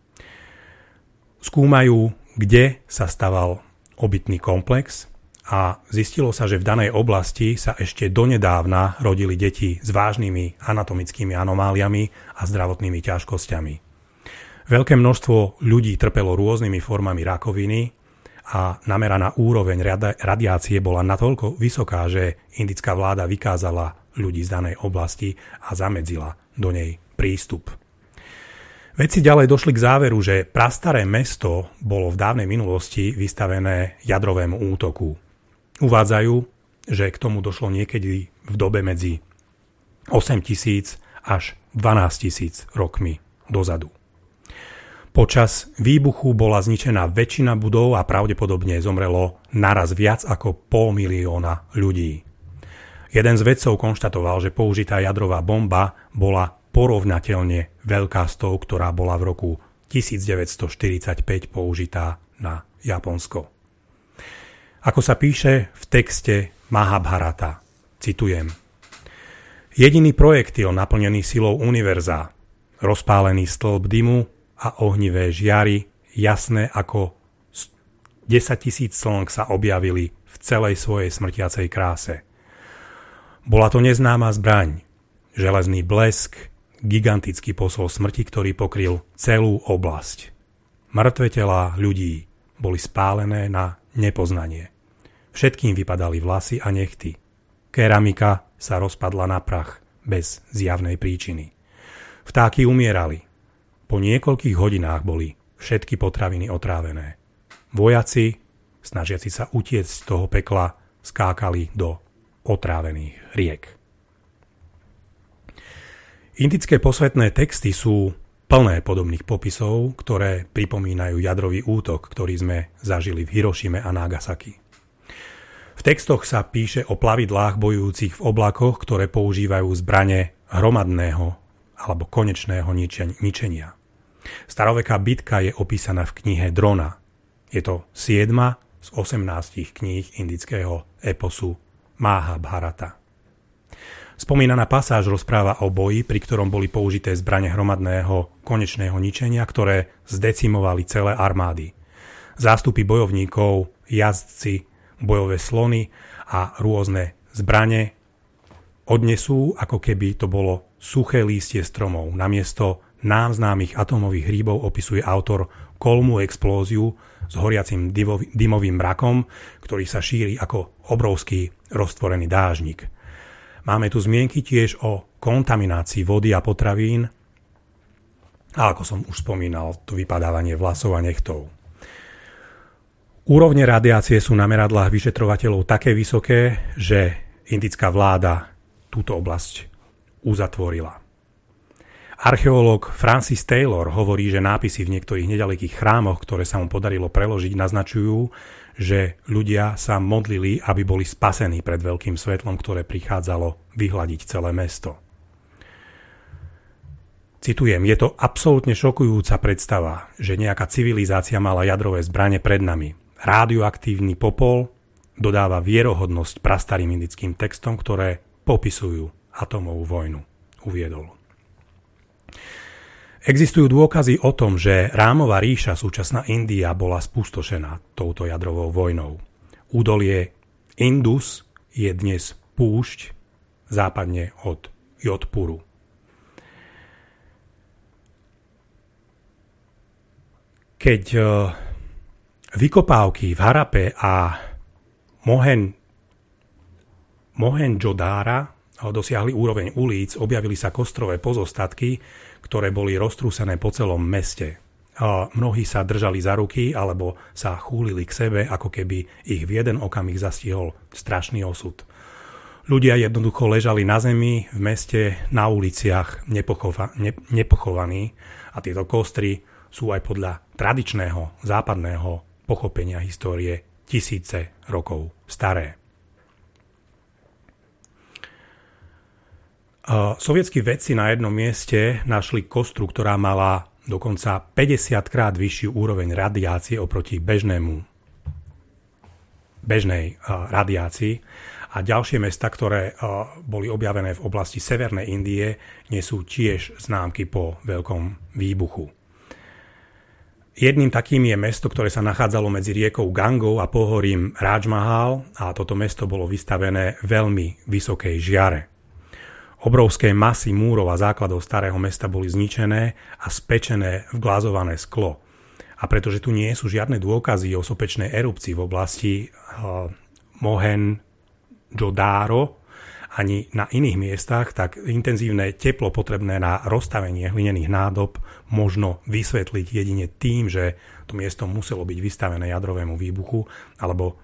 Kde sa staval obytný komplex a zistilo sa, že v danej oblasti sa ešte donedávna rodili deti s vážnymi anatomickými anomáliami a zdravotnými ťažkosťami. Veľké množstvo ľudí trpelo rôznymi formami rakoviny a nameraná úroveň radiácie bola natoľko vysoká, že indická vláda vykázala ľudí z danej oblasti a zamedzila do nej prístup. Vedci ďalej došli k záveru, že prastaré mesto bolo v dávnej minulosti vystavené jadrovému útoku. Uvádzajú, že k tomu došlo niekedy v dobe medzi 8,000 až 12,000 rokmi dozadu. Počas výbuchu bola zničená väčšina budov a pravdepodobne zomrelo naraz viac ako 500,000 ľudí. Jeden z vedcov konštatoval, že použitá jadrová bomba bola porovnateľne veľká s tou, ktorá bola v roku 1945 použitá na Japonsko. Ako sa píše v texte Mahabharata, citujem: Jediný projektil naplnený silou univerza, rozpálený stĺp dymu a ohnivé žiary, jasné ako 10 000 slnk, sa objavili v celej svojej smrtiacej kráse. Bola to neznáma zbraň, železný blesk, gigantický posol smrti, ktorý pokryl celú oblasť. Mŕtve telá ľudí boli spálené na nepoznanie. Všetkým vypadali vlasy a nechty. Keramika sa rozpadla na prach bez zjavnej príčiny. Vtáky umierali. Po niekoľkých hodinách boli všetky potraviny otrávené. Vojaci, snažiaci sa utiecť z toho pekla, skákali do otrávených riek. Indické posvetné texty sú plné podobných popisov, ktoré pripomínajú jadrový útok, ktorý sme zažili v Hirošime a Nagasaki. V V textoch sa píše o plavidlách bojujúcich v oblakoch, ktoré používajú zbrane hromadného alebo konečného ničenia. Staroveká bitka je opísaná v knihe Drona. Je to 7. z 18 kníh indického eposu Mahabharata. Spomínaná pasáž rozpráva o boji, pri ktorom boli použité zbrane hromadného konečného ničenia, ktoré zdecimovali celé armády. Zástupy bojovníkov, jazdci, bojové slony a rôzne zbrane odnesú, ako keby to bolo suché lístie stromov. Namiesto nám známych atómových hríbov opisuje autor kolmú explóziu s horiacim dymovým mrakom, ktorý sa šíri ako obrovský roztvorený dážnik. Máme tu zmienky tiež o kontaminácii vody a potravín a ako som už spomínal, to vypadávanie vlasov a nechtov. Úrovne radiácie sú na meradlách vyšetrovateľov také vysoké, že indická vláda túto oblasť uzatvorila. Archeológ Francis Taylor hovorí, že nápisy v niektorých nedalekých chrámoch, ktoré sa mu podarilo preložiť, naznačujú, že ľudia sa modlili, aby boli spasení pred veľkým svetlom, ktoré prichádzalo vyhladiť celé mesto. Citujem, je to absolútne šokujúca predstava, že nejaká civilizácia mala jadrové zbrane pred nami. Radioaktívny popol dodáva vierohodnosť prastarým indickým textom, ktoré popisujú atómovú vojnu, uviedol. Existujú dôkazy o tom, že Rámova ríša, súčasná India, bola spustošená touto jadrovou vojnou. Údolie Indus je dnes púšť západne od Jodhpuru. Keď vykopávky v Harape a Mohenjodára dosiahli úroveň ulic, objavili sa kostrové pozostatky, ktoré boli roztrúsené po celom meste. Mnohí sa držali za ruky alebo sa chúlili k sebe, ako keby ich v jeden okamih zastihol strašný osud. Ľudia jednoducho ležali na zemi, v meste, na uliciach, nepochovaní a tieto kostry sú aj podľa tradičného západného pochopenia histórie tisíce rokov staré. Sovietskí vedci na jednom mieste našli kostru, ktorá mala dokonca 50 krát vyššiu úroveň radiácie oproti bežnej radiácii. A ďalšie mesta, ktoré boli objavené v oblasti Severnej Indie, nesú tiež známky po veľkom výbuchu. Jedným takým je mesto, ktoré sa nachádzalo medzi riekou Gangou a pohorím Raj Mahal a toto mesto bolo vystavené veľmi vysokej žiare. Obrovské masy múrov a základov starého mesta boli zničené a spečené v glazované sklo. A pretože tu nie sú žiadne dôkazy o sopečnej erupcii v oblasti Mohenjo-daro ani na iných miestach, tak intenzívne teplo potrebné na rozstavenie hlinených nádob možno vysvetliť jedine tým, že to miesto muselo byť vystavené jadrovému výbuchu alebo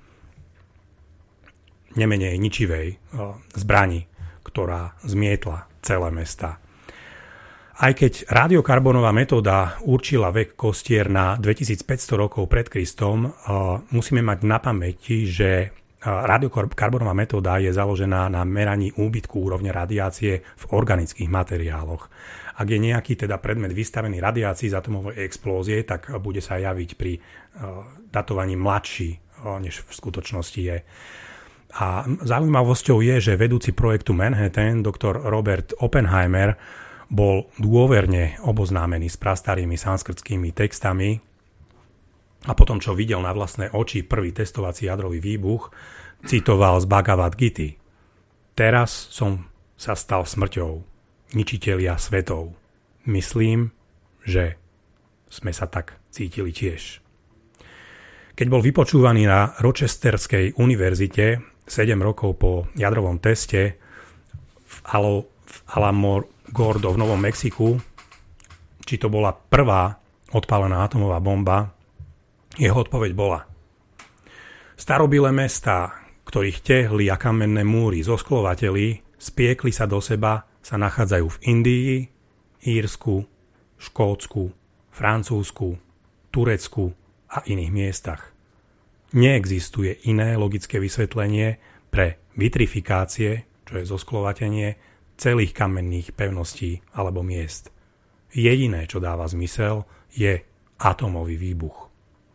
nemenej ničivej zbrani, ktorá zmietla celé mesta. Aj keď radiokarbonová metóda určila vek kostier na 2500 rokov pred Kristom, musíme mať na pamäti, že radiokarbonová metóda je založená na meraní úbytku úrovne radiácie v organických materiáloch. Ak je nejaký teda predmet vystavený radiácii z atomovej explózie, tak bude sa javiť pri datovaní mladší, než v skutočnosti je. A zaujímavosťou je, že vedúci projektu Manhattan, doktor Robert Oppenheimer, bol dôverne oboznámený s prastarými sanskrtskými textami a potom, čo videl na vlastné oči prvý testovací jadrový výbuch, citoval z Bhagavad Gity. Teraz som sa stal smrťou, ničitelia svetov. Myslím, že sme sa tak cítili tiež. Keď bol vypočúvaný na Rochesterskej univerzite 7 rokov po jadrovom teste v Alamogordo v Novom Mexiku, či to bola prvá odpálená atomová bomba, jeho odpoveď bola: starobilé mestá, ktorých tehly a kamenné múry zosklovateli, spiekli sa do seba, sa nachádzajú v Indii, Írsku, Škótsku, Francúzsku, Turecku a iných miestach. Neexistuje iné logické vysvetlenie pre vitrifikácie, čo je zosklovatenie celých kamenných pevností alebo miest. Jediné, čo dáva zmysel, je atómový výbuch.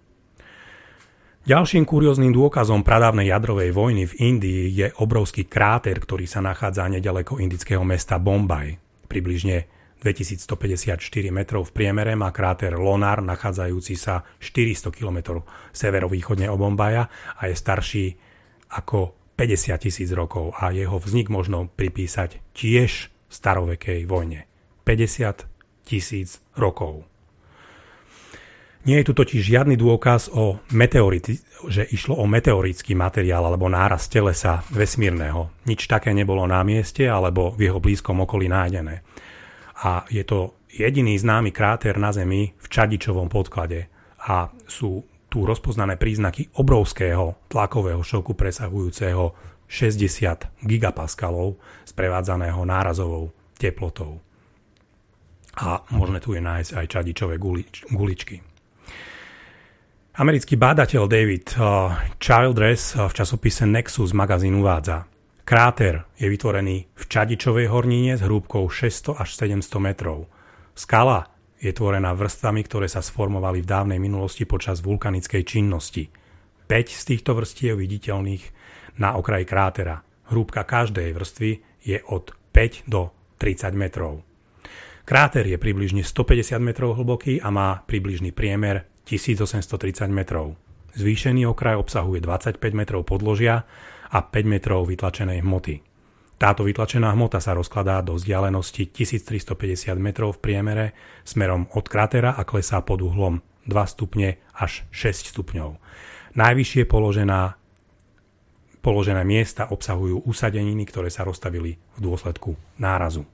Ďalším kurióznym dôkazom pradávnej jadrovej vojny v Indii je obrovský kráter, ktorý sa nachádza nedaleko indického mesta Bombaj. Približne 2154 metrov v priemere má kráter Lonar, nachádzajúci sa 400 km severovýchodne od Bombaja a je starší ako 50 000 rokov a jeho vznik možno pripísať tiež starovekej vojne. 50 000 rokov. Nie je tu totiž žiadny dôkaz o že išlo o meteorický materiál alebo náraz telesa vesmírneho. Nič také nebolo na mieste alebo v jeho blízkom okolí nájdené. A je to jediný známy kráter na Zemi v čadičovom podklade a sú tu rozpoznané príznaky obrovského tlakového šoku presahujúceho 60 gigapaskalov sprevádzaného nárazovou teplotou. A možné tu je nájsť aj čadičové guličky. Americký bádateľ David Childress v časopise Nexus magazín uvádza: kráter je vytvorený v čadičovej hornine s hrúbkou 600 až 700 metrov. Skala je tvorená vrstvami, ktoré sa sformovali v dávnej minulosti počas vulkanickej činnosti. 5 z týchto vrstiev viditeľných na okraji krátera. Hrúbka každej vrstvy je od 5 do 30 metrov. Kráter je približne 150 metrov hlboký a má približný priemer 1830 metrov. Zvýšený okraj obsahuje 25 metrov podložia a 5 metrov vytlačenej hmoty. Táto vytlačená hmota sa rozkladá do vzdialenosti 1350 metrov v priemere smerom od krátera a klesá pod uhlom 2 stupne až 6 stupňov. Najvyššie položené miesta obsahujú usadeniny, ktoré sa rozstavili v dôsledku nárazu.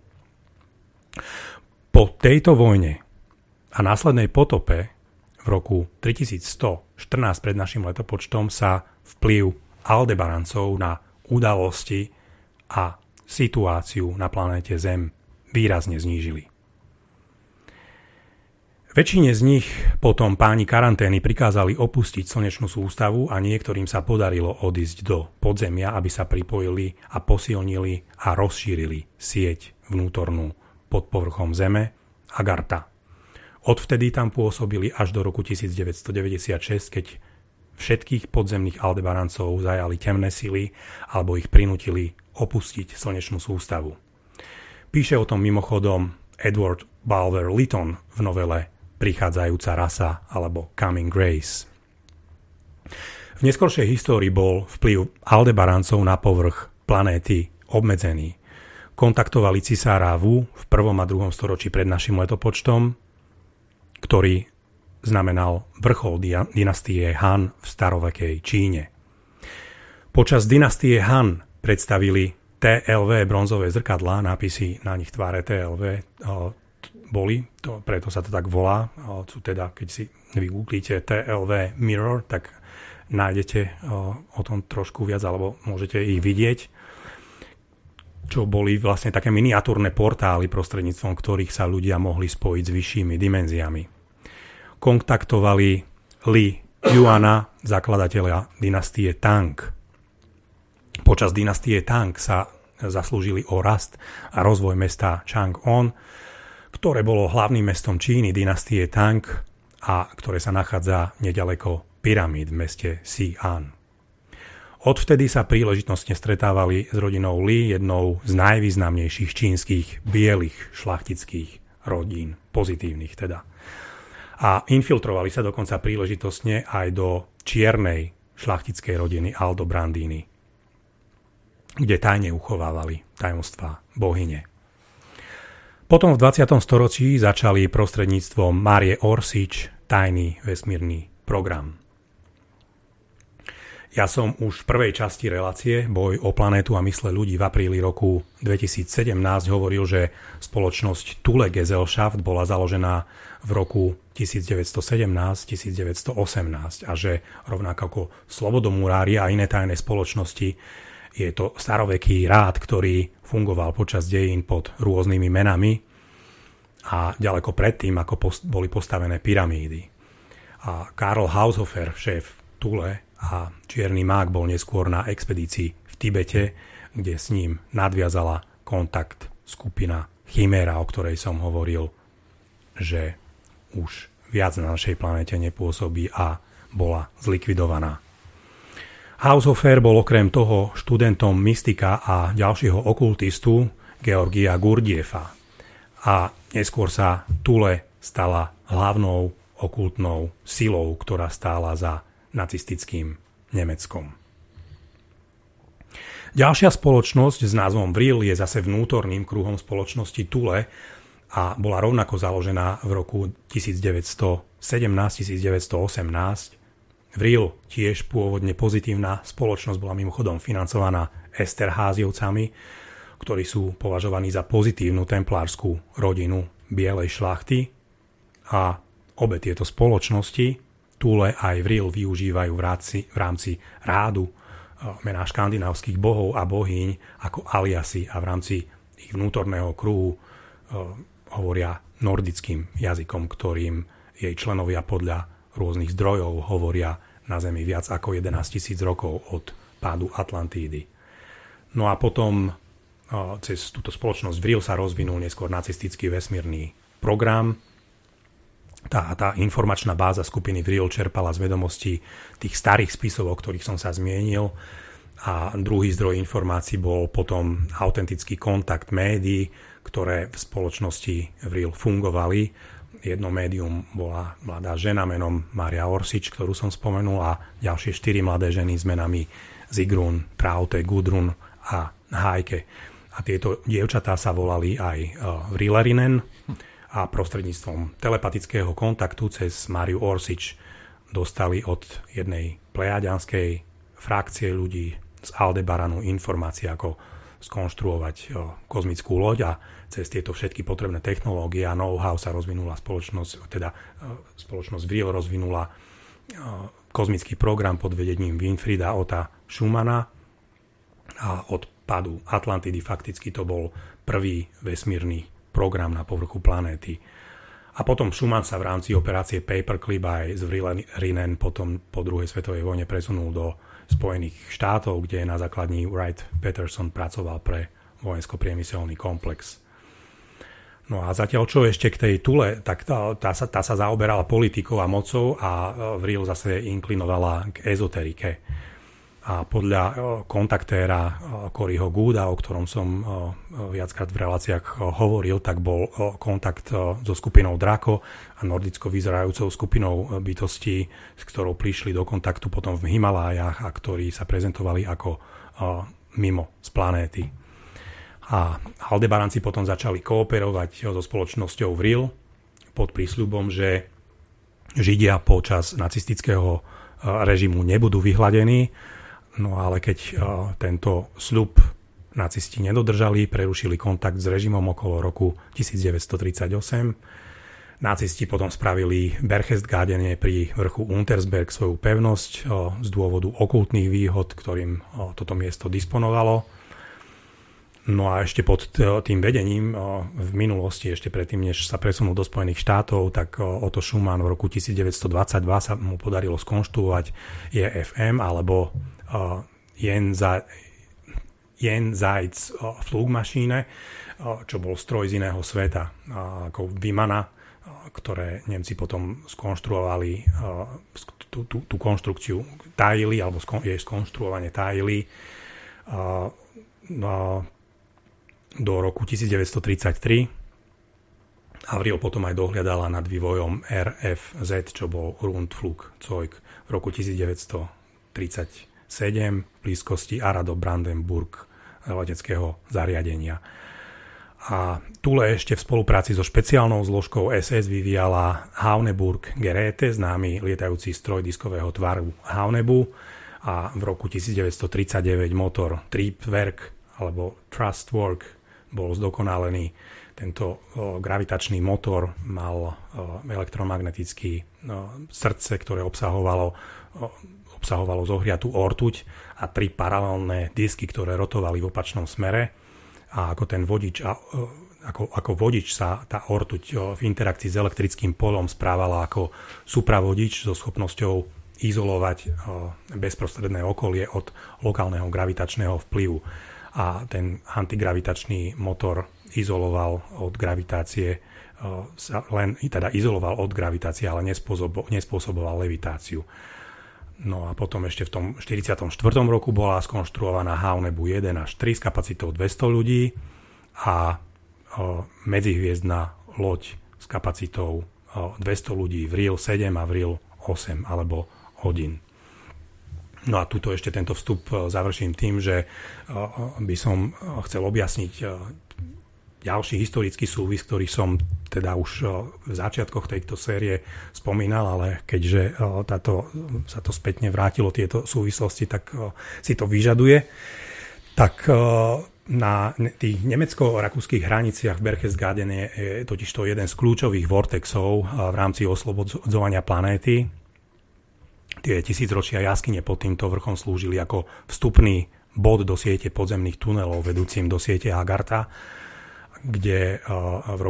Po tejto vojne a následnej potope v roku 3114 pred našim letopočtom sa vplyv Aldebarancov na udalosti a situáciu na planéte Zem výrazne znížili. Väčšine z nich potom páni karantény prikázali opustiť slnečnú sústavu a niektorým sa podarilo odísť do podzemia, aby sa pripojili a posilnili a rozšírili sieť vnútornú pod povrchom Zeme Agartha. Odvtedy tam pôsobili až do roku 1996, keď všetkých podzemných Aldebarancov zajali temné sily alebo ich prinútili opustiť slnečnú sústavu. Píše o tom mimochodom Edward Bulwer Lytton v novele Prichádzajúca rasa alebo Coming Race. V neskoršej histórii bol vplyv Aldebarancov na povrch planéty obmedzený. Kontaktovali cisára Wu v 1. a 2. storočí pred našim letopočtom, ktorý znamenal vrchol dynastie Han v starovekej Číne. Počas dynastie Han predstavili TLV bronzové zrkadlá, nápisy na nich tváre TLV boli, preto sa to tak volá. Teda, keď si vygooglíte TLV Mirror, tak nájdete o tom trošku viac, alebo môžete ich vidieť, čo boli vlastne také miniatúrne portály, prostredníctvom ktorých sa ľudia mohli spojiť s vyššími dimenziami. Kontaktovali Li Yuana, zakladateľa dynastie Tang. Počas dynastie Tang sa zaslúžili o rast a rozvoj mesta Chang'an, ktoré bolo hlavným mestom Číny dynastie Tang a ktoré sa nachádza nedaleko pyramíd v meste Xi'an. Odvtedy sa príležitostne stretávali s rodinou Li, jednou z najvýznamnejších čínskych bielých šlachtických rodín, pozitívnych teda. A infiltrovali sa dokonca príležitostne aj do čiernej šlachtickej rodiny Aldobrandini, kde tajne uchovávali tajomstvá bohyne. Potom v 20. storočí začali prostredníctvom Márie Orsič tajný vesmírny program. Ja som už v prvej časti relácie Boj o planétu a mysle ľudí v apríli roku 2017 hovoril, že spoločnosť Thule Gesellschaft bola založená v roku 1917-1918 a že rovnako ako slobodomurári a iné tajné spoločnosti je to staroveký rád, ktorý fungoval počas dejín pod rôznymi menami a ďaleko predtým, ako boli postavené pyramídy. A Karl Haushofer, šéf Thule a Čierny mák bol neskôr na expedícii v Tibete, kde s ním nadviazala kontakt skupina Chiméra, o ktorej som hovoril, že už viac na našej planéte nepôsobí a bola zlikvidovaná. Haushofer bol okrem toho študentom mystika a ďalšieho okultistu Georgia Gurdjieffa a neskôr sa Thule stala hlavnou okultnou silou, ktorá stála za nacistickým Nemeckom. Ďalšia spoločnosť s názvom Vril je zase vnútorným kruhom spoločnosti Thule a bola rovnako založená v roku 1917-1918. Vril, tiež pôvodne pozitívna spoločnosť, bola mimochodom financovaná Esterházyovcami, ktorí sú považovaní za pozitívnu templárskú rodinu bielej šlachty, a obe tieto spoločnosti, Thule aj Vril, využívajú v rámci rádu mená škandinávskych bohov a bohyň ako aliasy a v rámci ich vnútorného kruhu hovoria nordickým jazykom, ktorým jej členovia podľa rôznych zdrojov hovoria na Zemi viac ako 11 000 rokov od pádu Atlantídy. No a potom cez túto spoločnosť Vril sa rozvinul neskôr nacistický vesmírny program. Tá informačná báza skupiny Vril čerpala z vedomostí tých starých spisov, o ktorých som sa zmienil, a druhý zdroj informácií bol potom autentický kontakt médií, ktoré v spoločnosti Vril fungovali. Jedno médium bola mladá žena menom Mária Orsič, ktorú som spomenul, a ďalšie 4 mladé ženy s menami Sigrun, Traute, Gudrun a Heike. A tieto dievčatá sa volali aj Vrillerinen a prostredníctvom telepatického kontaktu cez Máriu Orsič dostali od jednej plejadianskej frakcie ľudí z Aldebaranu informácie, ako skonštruovať kozmickú loď, a cez tieto všetky potrebné technológie a know-how sa rozvinula spoločnosť Vril rozvinula kozmický program pod vedením Winfrieda Otta Schumana a od pádu Atlantidy fakticky to bol prvý vesmírny program na povrchu planéty. A potom Schumann sa v rámci operácie Paperclip aj z Vrillerinen potom po druhej svetovej vojne presunul do Spojených štátov, kde na základni Wright-Patterson pracoval pre vojensko-priemyselný komplex. No a zatiaľ čo ešte k tej Thule, tak tá sa zaoberala politikou a mocou a Vril zase inklinovala k ezoterike. A podľa kontaktéra Coryho Gooda, o ktorom som viackrát v reláciách hovoril, tak bol kontakt so skupinou Draco a nordicko vyzerajúcou skupinou bytostí, s ktorou prišli do kontaktu potom v Himalájach a ktorí sa prezentovali ako mimo z planéty. A Aldebaranci potom začali kooperovať so spoločnosťou Vril pod prísľubom, že Židia počas nacistického režimu nebudú vyhladení. No ale keď tento sľub nacisti nedodržali, prerušili kontakt s režimom okolo roku 1938. Nacisti potom spravili Berchtesgadene pri vrchu Untersberg svoju pevnosť z dôvodu okultných výhod, ktorým toto miesto disponovalo. No a ešte pod tým vedením v minulosti, ešte predtým, než sa presunul do Spojených štátov, tak Otto Schumann v roku 1922 sa mu podarilo skonštruovať EFM alebo Jenseits Flugmaschine, čo bol stroj z iného sveta, ako Vimana, ktoré Nemci potom skonštruovali, tú konštrukciu tajili, alebo jej skonštruovanie tajili do roku 1933. Avril potom aj dohľadala nad vývojom RFZ, čo bol Rundflugzeug v roku 1937 v blízkosti Arado Brandenburg leteckého zariadenia. A Thule ešte v spolupráci so špeciálnou zložkou SS vyvíjala Hauneburg Geräte, známy lietajúci stroj diskového tvaru Haunebu, a v roku 1939 motor Triebwerk alebo Trustwork bol zdokonalený. Tento gravitačný motor mal elektromagnetické srdce, ktoré obsahovalo zohriatú ortuť a 3 paralelné disky, ktoré rotovali v opačnom smere. A ako ten vodič ako vodič sa tá ortuť v interakcii s elektrickým polom správala ako supravodič so schopnosťou izolovať bezprostredné okolie od lokálneho gravitačného vplyvu. A ten antigravitačný motor izoloval od gravitácie, izoloval od gravitácie, ale nespôsoboval levitáciu. No a potom ešte v tom 44. roku bola skonštruovaná Haonebu 1 až 3 s kapacitou 200 ľudí a medzihviezdna loď s kapacitou 200 ľudí Vril 7 a Vril 8 alebo hodín. No a tuto ešte tento vstup završím tým, že by som chcel objasniť ďalší historický súvis, ktorý som teda už v začiatkoch tejto série spomínal, ale keďže sa to spätne vrátilo, tieto súvislosti, tak si to vyžaduje. Tak na tých nemecko-rakúskych hraniciach v Berchtesgadene je totižto jeden z kľúčových vortexov v rámci oslobodzovania planéty. Tie tisícročia jaskyne pod týmto vrchom slúžili ako vstupný bod do siete podzemných tunelov vedúcim do siete Agartha, kde v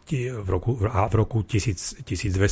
roku 1220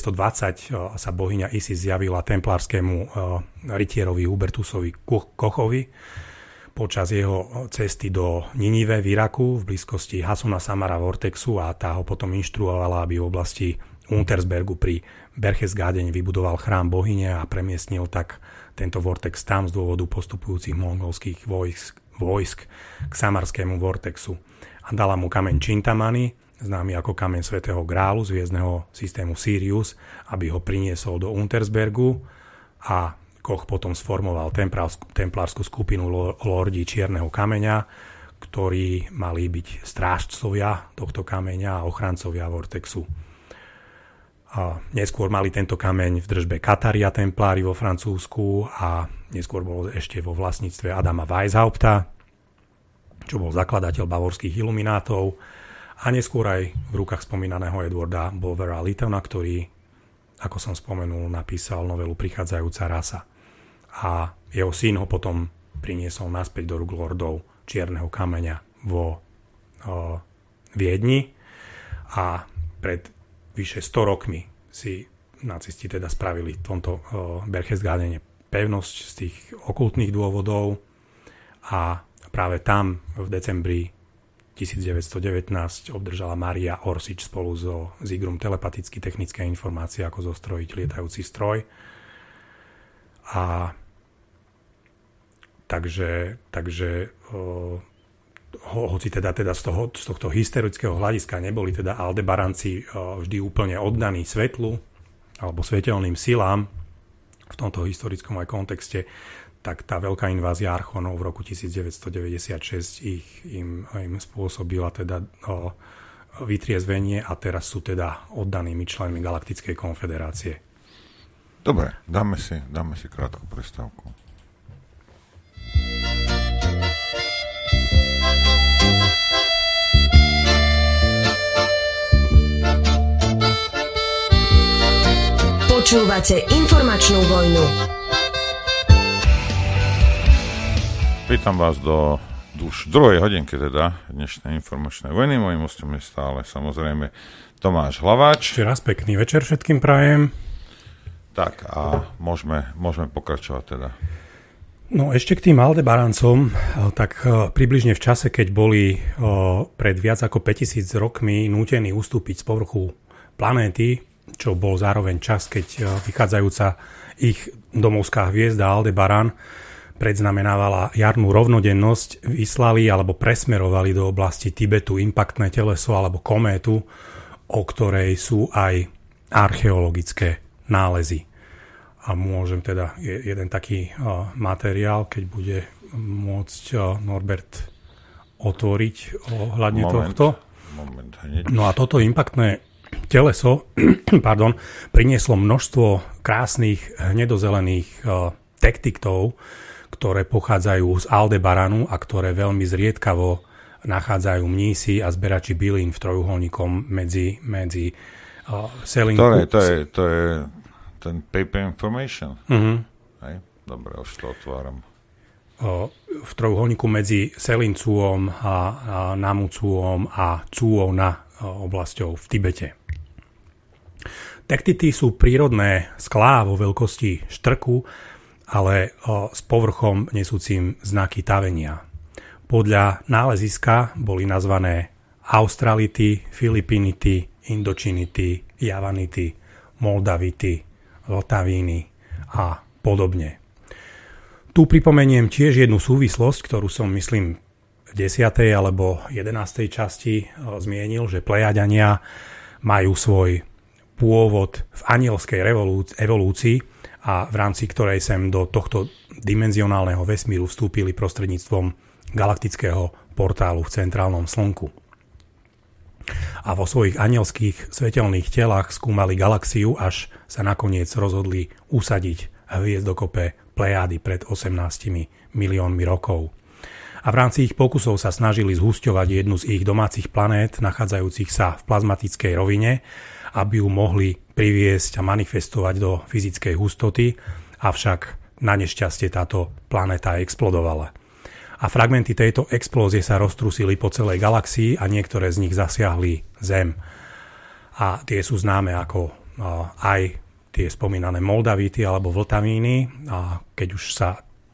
sa bohyňa Isis zjavila templárskému rytierovi Hubertusovi Kochovi počas jeho cesty do Ninive v Iraku v blízkosti Hasuna Samara Vortexu a tá ho potom inštruovala, aby v oblasti Untersbergu pri Berchtesgadene vybudoval chrám bohyne a premiestnil tak tento vortex tam z dôvodu postupujúcich mongolských vojsk k samarskému vortexu. A dala mu kameň Chintamani, známy ako kameň Svätého Grálu z hviezdneho systému Sirius, aby ho priniesol do Untersbergu a Koch potom sformoval templárskú skupinu lordí Čierneho kameňa, ktorí mali byť strážcovia tohto kameňa a ochrancovia vortexu. A neskôr mali tento kameň v držbe Kataria templári vo Francúzsku a neskôr bol ešte vo vlastníctve Adama Weishaupta, čo bol zakladateľ bavorských iluminátov, a neskôr aj v rukách spomínaného Edwarda Bovera Lyttona, ktorý, ako som spomenul, napísal novelu Prichádzajúca rasa. A jeho syn ho potom priniesol naspäť do rúk lordov Čierneho kameňa vo Viedni a pred vyše 100 rokmi si nacisti teda spravili v tomto Berchtesgadene pevnosť z tých okultných dôvodov a práve tam v decembri 1919 obdržala Maria Orsič spolu so Zigrum telepaticky technické informácie, ako zostrojiť lietajúci stroj. A takže hoci teda z tohto historického hľadiska neboli teda Aldebaranci vždy úplne oddaní svetlu alebo svetelným silám v tomto historickom aj kontexte, tak tá veľká invázia archonov v roku 1996 im spôsobila teda vytriezvenie a teraz sú teda oddanými členmi Galaktickej konfederácie. Dobre, dáme si krátku prestávku. Počúvate informačnú vojnu. Vítam vás do už druhej hodinky teda dnešnej informačnej vojny. Mojím hostom je stále samozrejme Tomáš Hlaváč. Ešte raz pekný večer všetkým prajem. Tak a môžeme pokračovať teda. No ešte k tým Aldebarancom, tak približne v čase, keď boli pred viac ako 5000 rokmi nútení ustúpiť z povrchu planéty, čo bol zároveň čas, keď vychádzajúca ich domovská hviezda Aldebaran predznamenávala jarnú rovnodennosť, vyslali alebo presmerovali do oblasti Tibetu impaktné teleso alebo kométu, o ktorej sú aj archeologické nálezy. A môžem teda jeden taký materiál, keď bude môcť Norbert otvoriť ohľadne tohto. No a toto impaktné teleso prinieslo množstvo krásnych hnedozelených tektiktov, ktoré pochádzajú z Aldebaranu a ktoré veľmi zriedkavo nachádzajú mnísi a zberači bylín v trojuholníkom medzi Selinku. To je ten paper information. Uh-huh. Hej? Dobre, už to otváram. V trojuholníku medzi Selincuom a Namucuom a Cuou na oblasťou v Tibete. Tektity sú prírodné sklá vo veľkosti štrku, ale s povrchom nesúcim znaky tavenia. Podľa náleziska boli nazvané australity, filipinity, indočinity, javanity, moldavity, vltavíny a podobne. Tu pripomeniem tiež jednu súvislosť, ktorú som myslím v 10. alebo 11. časti zmienil, že Plejadiania majú svoj pôvod v anielskej evolúcii a v rámci ktorej sem do tohto dimenzionálneho vesmíru vstúpili prostredníctvom galaktického portálu v centrálnom slnku. A vo svojich anielských svetelných telách skúmali galaxiu, až sa nakoniec rozhodli usadiť hviezdokope Plejády pred 18 miliónmi rokov. A v rámci ich pokusov sa snažili zhusťovať jednu z ich domácich planét, nachádzajúcich sa v plazmatickej rovine, aby ju mohli priviesť a manifestovať do fyzickej hustoty, avšak na nešťastie táto planéta explodovala. A fragmenty tejto explózie sa roztrusili po celej galaxii a niektoré z nich zasiahli Zem. A tie sú známe ako aj tie spomínané Moldavity alebo Vltavíny. A keď už sa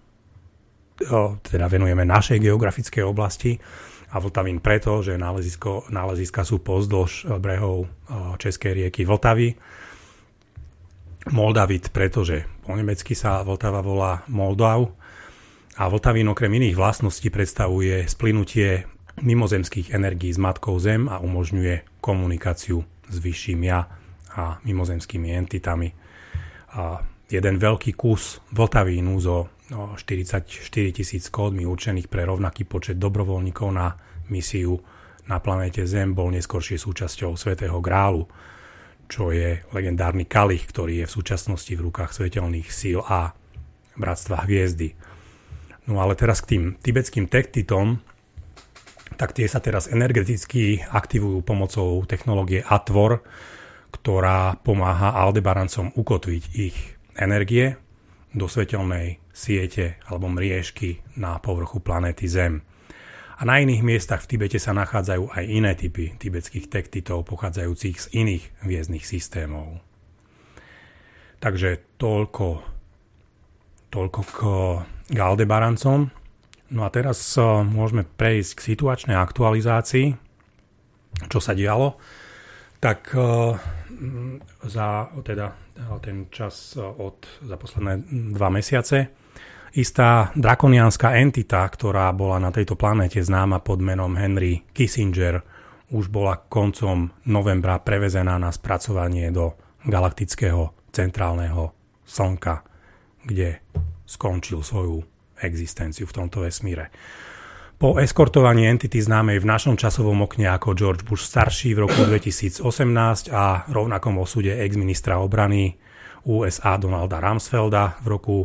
teda venujeme našej geografickej oblasti, a Vltavín preto, že náleziska sú pozdĺž brehov Českej rieky Vltavy. Moldavit, pretože po nemecky sa Vltava volá Moldau. A Vltavín okrem iných vlastností predstavuje splynutie mimozemských energií s matkou Zem a umožňuje komunikáciu s vyšším ja a mimozemskými entitami. A jeden veľký kus Vltavínu zo 44 000 kódmi určených pre rovnaký počet dobrovoľníkov na misiu na planéte Zem bol neskoršie súčasťou Svätého Grálu, čo je legendárny kalich, ktorý je v súčasnosti v rukách svetelných síl a Bratstva hviezdy. No ale teraz k tým tibetským tektitom, tak tie sa teraz energeticky aktivujú pomocou technológie Atvor, ktorá pomáha Aldebarancom ukotviť ich energie do svetelnej siete alebo mriežky na povrchu planéty Zem. A na iných miestach v Tibete sa nachádzajú aj iné typy tibetských tektitov pochádzajúcich z iných hviezdnych systémov. Takže toľko k Aldebarancom. No a teraz môžeme prejsť k situačnej aktualizácii, čo sa dialo. Tak za ten čas za posledné 2 mesiace istá drakoniánska entita, ktorá bola na tejto planéte známa pod menom Henry Kissinger, už bola koncom novembra prevezená na spracovanie do galaktického centrálneho slnka, kde skončil svoju existenciu v tomto vesmíre. Po eskortovaní entity známej v našom časovom okne ako George Bush starší v roku 2018 a rovnakom osude ex-ministra obrany USA Donalda Rumsfelda v roku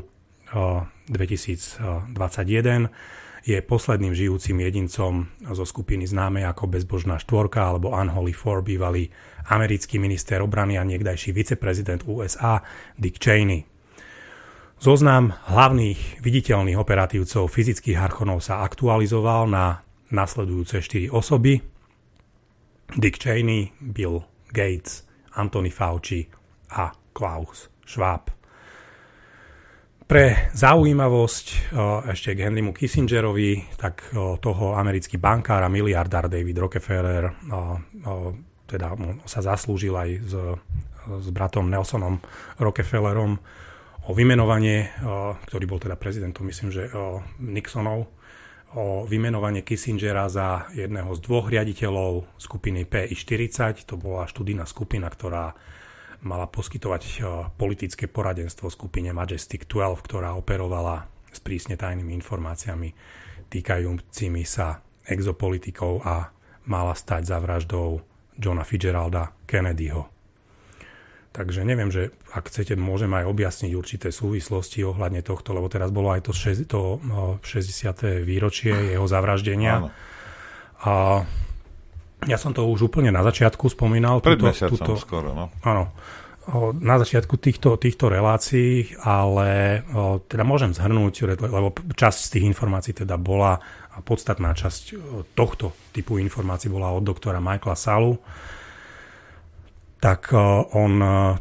2021 je posledným žijúcim jedincom zo skupiny známej ako Bezbožná štvorka alebo Unholy Four, bývalý americký minister obrany a niekdajší viceprezident USA Dick Cheney. Zoznam hlavných viditeľných operatívcov fyzických archonov sa aktualizoval na nasledujúce 4 osoby: Dick Cheney, Bill Gates, Anthony Fauci a Klaus Schwab. Pre zaujímavosť ešte k Henrymu Kissingerovi, tak toho americký bankár a miliardár David Rockefeller teda sa zaslúžil aj s bratom Nelsonom Rockefellerom o vymenovanie, ktorý bol teda prezidentom, myslím, že Nixonov, o vymenovanie Kissingera za jedného z 2 riaditeľov skupiny PI40. To bola študijná skupina, ktorá mala poskytovať politické poradenstvo skupine Majestic 12, ktorá operovala s prísne tajnými informáciami týkajúcimi sa exopolitikov a mala stať za vraždou Johna Fitzgeralda Kennedyho. Takže neviem, že ak chcete, môžem aj objasniť určité súvislosti ohľadne tohto, lebo teraz bolo aj to 60. výročie jeho zavraždenia. A ja som to už úplne na začiatku spomínal. Pred mesiacom skoro, no. Áno. Na začiatku týchto relácií, ale teda môžem zhrnúť, lebo časť z tých informácií teda bola, a podstatná časť tohto typu informácií bola od doktora Michaela Salu. tak on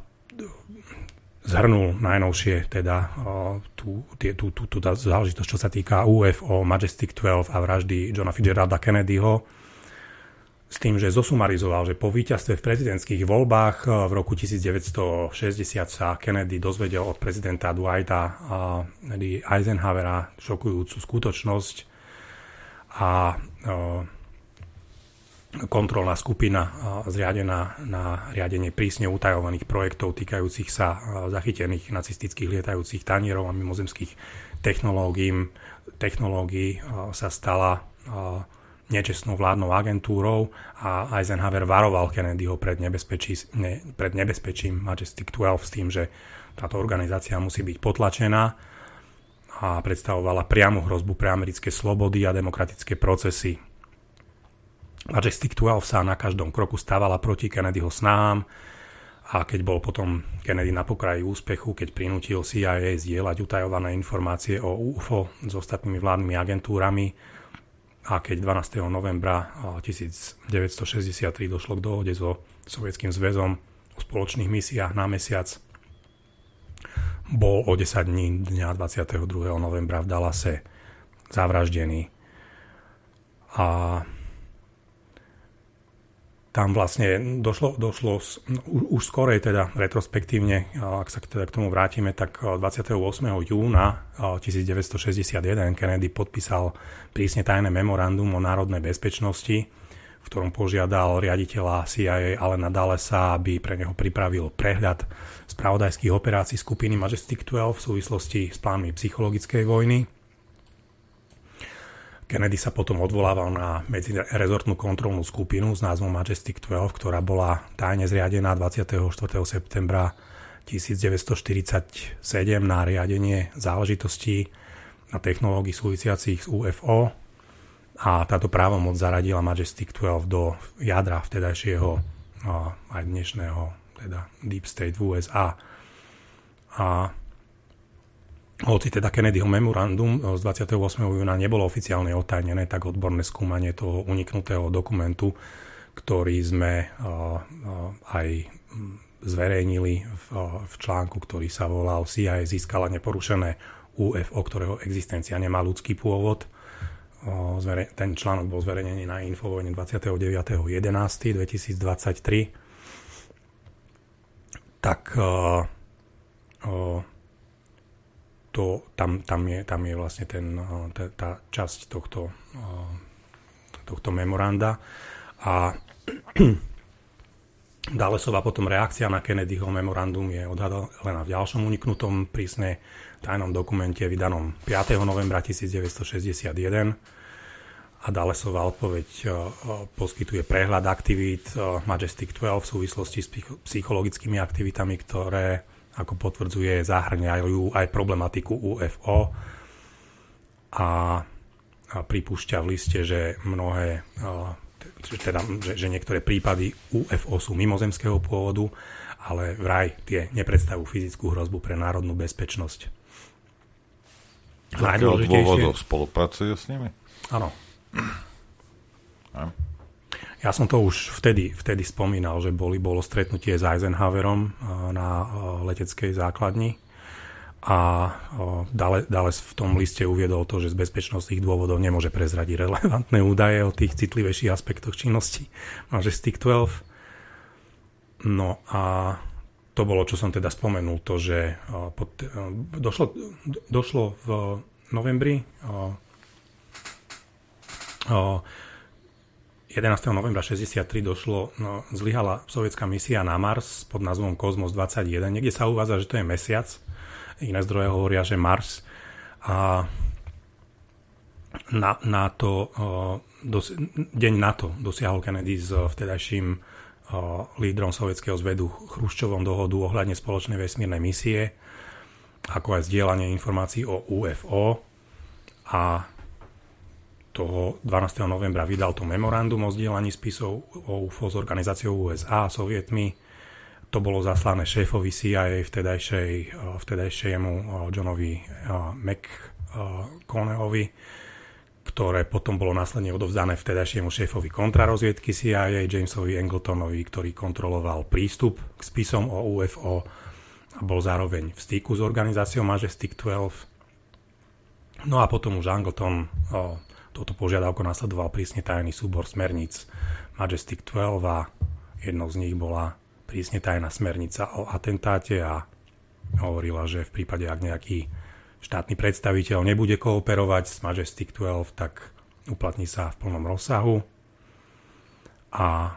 zhrnul najnovšie teda tú záležitosť, čo sa týka UFO, Majestic 12 a vraždy Johna Fitzgeralda Kennedyho, s tým, že zosumarizoval, že po víťazstve v prezidentských voľbách v roku 1960 sa Kennedy dozvedel od prezidenta Dwighta Eisenhowera šokujúcu skutočnosť a kontrolná skupina zriadená na riadenie prísne utajovaných projektov týkajúcich sa zachytených nacistických lietajúcich tanierov a mimozemských technológií sa stala nečestnou vládnou agentúrou a Eisenhower varoval Kennedyho pred nebezpečím Majestic 12 s tým, že táto organizácia musí byť potlačená a predstavovala priamu hrozbu pre americké slobody a demokratické procesy. Majestic 12 sa na každom kroku stávala proti Kennedyho snahám a keď bol potom Kennedy na pokraji úspechu, keď prinútil CIA zdieľať utajované informácie o UFO s ostatnými vládnymi agentúrami, a keď 12. novembra 1963 došlo k dohode so Sovietským zväzom o spoločných misiách na mesiac, bol o 10 dní dňa 22. novembra v Dallase zavraždený. A tam vlastne došlo už skorej teda retrospektívne, ak sa teda k tomu vrátime, tak 28. júna 1961 Kennedy podpísal prísne tajné memorandum o národnej bezpečnosti, v ktorom požiadal riaditeľa CIA Allena Dullesa, aby pre neho pripravil prehľad spravodajských operácií skupiny Majestic 12 v súvislosti s plánmi psychologickej vojny. Kennedy sa potom odvolával na medzirezortnú kontrolnú skupinu s názvom Majestic 12, ktorá bola tajne zriadená 24. septembra 1947 na riadenie záležitostí a technológií súvisiacich s UFO a táto právomoc zaradila Majestic 12 do jadra vtedajšieho aj dnešného teda Deep State v USA. A hoci teda Kennedyho memorandum z 28. júna nebolo oficiálne otajnené, tak odborné skúmanie toho uniknutého dokumentu, ktorý sme aj zverejnili v článku, ktorý sa volal CIA získala neporušené UFO, ktorého existencia nemá ľudský pôvod. Ten článok bol zverejnený na Infovojne 29.11.2023. Tak tam je vlastne tá časť tohto memoranda a Dullesova potom reakcia na Kennedyho memorandum je odhalená v ďalšom uniknutom prísne tajnom dokumente vydanom 5. novembra 1961 a Dullesova odpoveď poskytuje prehľad aktivít Majestic 12 v súvislosti s psychologickými aktivitami, ktoré ako potvrdzuje, zahŕňajú aj problematiku UFO a pripúšťa v liste, že že niektoré prípady UFO sú mimozemského pôvodu, ale vraj tie nepredstavujú fyzickú hrozbu pre národnú bezpečnosť. Z akého dôvodu spolupracuje s nimi? Áno. Ja som to už vtedy spomínal, že bolo stretnutie s Eisenhowerom na leteckej základni a Dulles v tom liste uviedol to, že z bezpečnostných dôvodov nemôže prezradiť relevantné údaje o tých citlivejších aspektoch činnosti Majestic 12. No a to bolo, čo som teda spomenul, to, že došlo v novembri 11. novembra 1963 zlyhala sovietská misia na Mars pod názvom Cosmos 21. Niekde sa uvádza, že to je mesiac. Iné zdroje hovoria, že Mars. A deň na to dosiahol Kennedy s vtedajším lídrom sovietskeho zvedu Chruščovom dohodu ohľadne spoločnej vesmírnej misie, ako aj zdieľanie informácií o UFO a toho 12. novembra vydal to memorandum o zdieľaní spisov o UFO s organizáciou USA a Sovietmi. To bolo zaslané šéfovi CIA vtedajšiemu Johnovi McConnellovi, ktoré potom bolo následne odovzdané vtedajšiemu šéfovi kontrarozviedky CIA, Jamesovi Engletonovi, ktorý kontroloval prístup k spisom o UFO a bol zároveň v styku s organizáciou Majestic 12. No a potom už Angleton touto požiadavkou nasledoval prísne tajný súbor smerníc Majestic 12 a jednou z nich bola prísne tajná smernica o atentáte a hovorila, že v prípade, ak nejaký štátny predstaviteľ nebude kooperovať s Majestic 12, tak uplatní sa v plnom rozsahu. A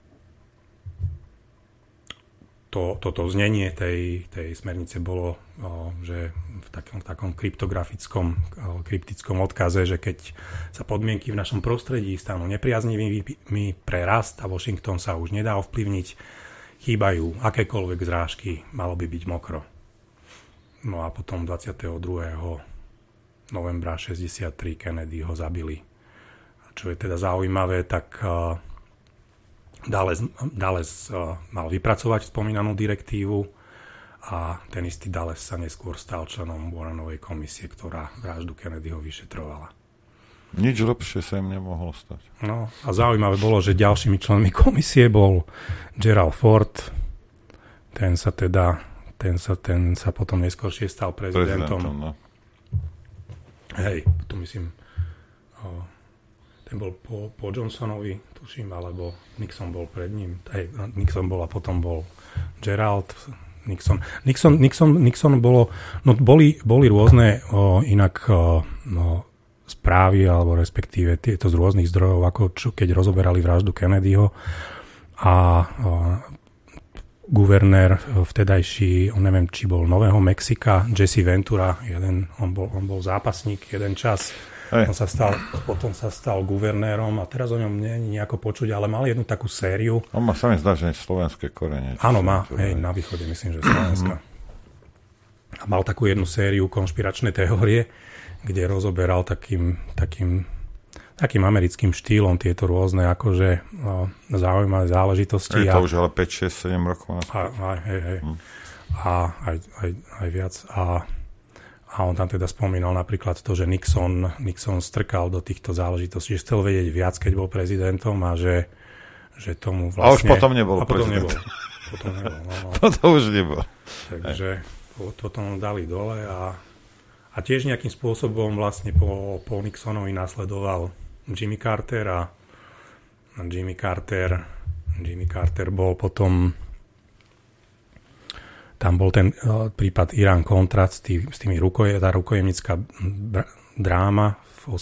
toto znenie tej smernice bolo, že v takom kryptickom odkaze, že keď sa podmienky v našom prostredí stanú nepriaznivými pre rast a Washington sa už nedá ovplyvniť, chýbajú akékoľvek zrážky, malo by byť mokro. No a potom 22. novembra 63 Kennedy ho zabili. A čo je teda zaujímavé, tak Dulles mal vypracovať spomínanú direktívu a ten istý Dulles sa neskôr stal členom Warrenovej komisie, ktorá vraždu Kennedyho vyšetrovala. Nič lepšie sa im nemohlo stať. No a zaujímavé bolo, že ďalšími členmi komisie bol Gerald Ford. Ten sa potom neskôršie stal prezidentom. No. Hej, to myslím, ten bol po Johnsonovi, tuším, alebo Nixon bol pred ním. Hej, Nixon bol a potom bol Gerald Nixon bolo, no boli rôzne inak správy, alebo respektíve tieto z rôznych zdrojov, ako keď rozoberali vraždu Kennedyho a guvernér vtedajší, neviem, či bol Nového Mexika, Jesse Ventura, on bol zápasník jeden čas, potom sa stal guvernérom a teraz o ňom nie je nejako počuť, ale mal jednu takú sériu. On má sa mi zdá, že je slovenské korene. Áno, má, na východe myslím, že Slovenska. A mal takú jednu sériu konšpiračné teórie, kde rozoberal takým americkým štýlom tieto rôzne akože zaujímavé záležitosti. Je to už ale 5, 6, 7 rokov. Aj viac. A on tam teda spomínal napríklad to, že Nixon strkal do týchto záležitostí, že chcel vedieť viac, keď bol prezidentom a že tomu vlastne... A už potom nebol prezidentom. Potom už nebol. Takže potom dali dole a tiež nejakým spôsobom vlastne po Nixonovi nasledoval Jimmy Carter a Jimmy Carter bol potom, tam bol ten prípad Irán-Contra s tými tá rukojemnická dráma v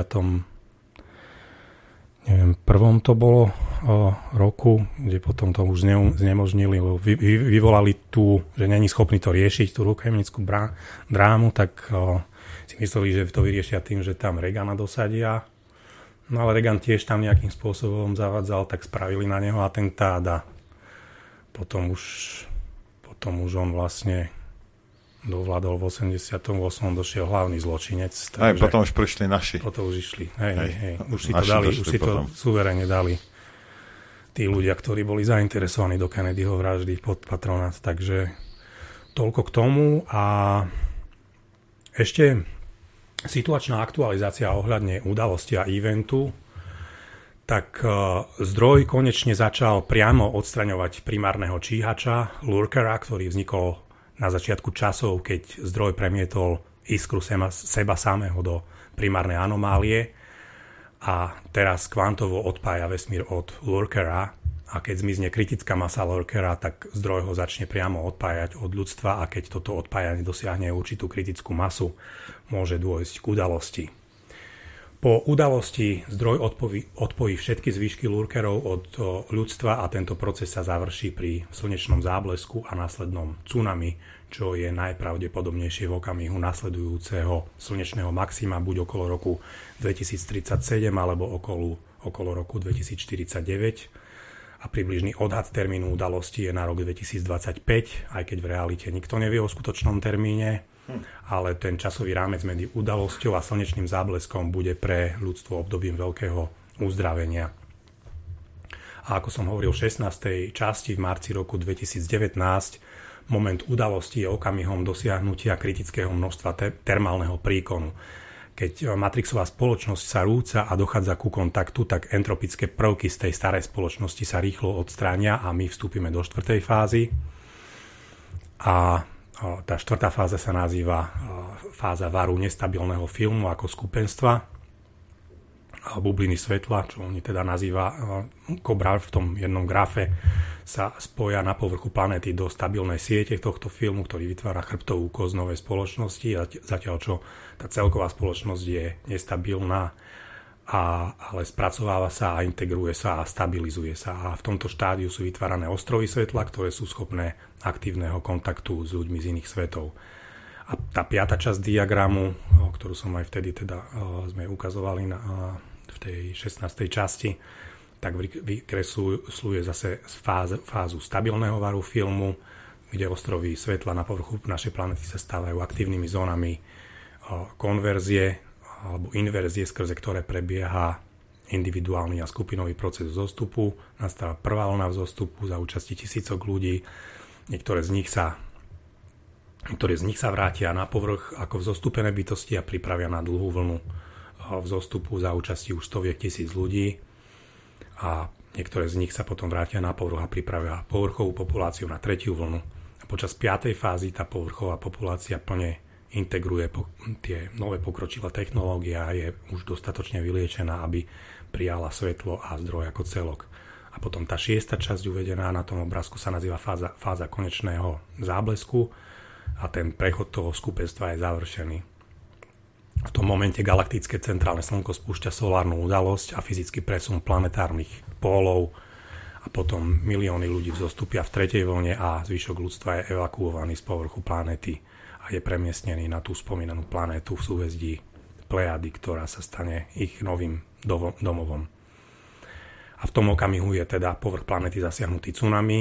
81. to bolo roku, kde potom to už znemožnili, vyvolali že není schopný to riešiť, tú rukojemnickú drámu, tak si mysleli, že to vyriešia tým, že tam Reagana dosadia. No ale Reagan tiež tam nejakým spôsobom zavadzal, tak spravili na neho atentát a potom už on vlastne dovládol v 88. došiel hlavný zločinec. Aj potom už prišli naši. Potom už išli. Hej. Už si to dali, už si to suverene dali tí ľudia, ktorí boli zainteresovaní do Kennedyho vraždy pod patronát. Takže toľko k tomu. A ešte situačná aktualizácia ohľadne udalosti a eventu. Tak zdroj konečne začal priamo odstraňovať primárneho číhača Lurkera, ktorý vznikol na začiatku časov, keď zdroj premietol iskru seba samého do primárnej anomálie a teraz kvantovo odpája vesmír od Lurkera a keď zmizne kritická masa Lurkera, tak zdroj ho začne priamo odpájať od ľudstva a keď toto odpájanie dosiahne určitú kritickú masu, môže dôjsť k udalosti. Po udalosti zdroj odpojí všetky zvyšky Lurkerov od ľudstva a tento proces sa završí pri slnečnom záblesku a následnom tsunami, čo je najpravdepodobnejšie v okamihu nasledujúceho slnečného maxima buď okolo roku 2037 alebo okolo roku 2049. A približný odhad termínu udalosti je na rok 2025, aj keď v realite nikto nevie o skutočnom termíne. Ale ten časový rámec medzi udalosťou a slnečným zábleskom bude pre ľudstvo obdobím veľkého uzdravenia. A ako som hovoril v 16. časti v marci roku 2019, moment udalosti je okamihom dosiahnutia kritického množstva termálneho príkonu. keď matrixová spoločnosť sa rúca a dochádza ku kontaktu, tak entropické prvky z tej starej spoločnosti sa rýchlo odstránia a my vstúpime do 4. fázy. A tá 4. fáza sa nazýva fáza varu nestabilného filmu ako skupenstva. Bubliny svetla, čo oni teda nazýva Cobra v tom jednom grafe, sa spoja na povrchu planéty do stabilnej siete tohto filmu, ktorý vytvára chrbtovú kosť novej spoločnosti, zatiaľ čo tá celková spoločnosť je nestabilná, ale spracováva sa a integruje sa a stabilizuje sa. A v tomto štádiu sú vytvárané ostrovy svetla, ktoré sú schopné aktívneho kontaktu s ľuďmi z iných svetov. A tá 5. časť diagramu, ktorú som aj vtedy teda sme ukazovali v tej 16. časti, tak vykresluje zase fázu stabilného varu filmu, kde ostrovy svetla na povrchu našej planety sa stávajú aktívnymi zónami konverzie alebo inverzie, skrze ktoré prebieha individuálny a skupinový proces vzostupu. Nastáva prvá vlna vzostupu za účasti tisícok ľudí. Niektoré z nich sa vrátia na povrch ako vzostúpené bytosti a pripravia na dlhú vlnu vzostupu za účasti už stoviek tisíc ľudí. A niektoré z nich sa potom vrátia na povrch a pripravia povrchovú populáciu na 3. vlnu. A počas 5. fázy tá povrchová populácia plne integruje tie nové pokročilé technológie a je už dostatočne vyliečená, aby prijala svetlo a zdroj ako celok. A potom tá 6. časť uvedená na tom obrázku sa nazýva fáza konečného záblesku a ten prechod toho skupenstva je završený. V tom momente galaktické centrálne slnko spúšťa solárnu udalosť a fyzický presun planetárnych pólov a potom milióny ľudí vzostupia v 3. vlne a zvyšok ľudstva je evakuovaný z povrchu planéty a je premiestnený na tú spomínanú planétu v súhvezdí Plejady, ktorá sa stane ich novým domovom. A v tom okamihu je teda povrch planéty zasiahnutý tsunami,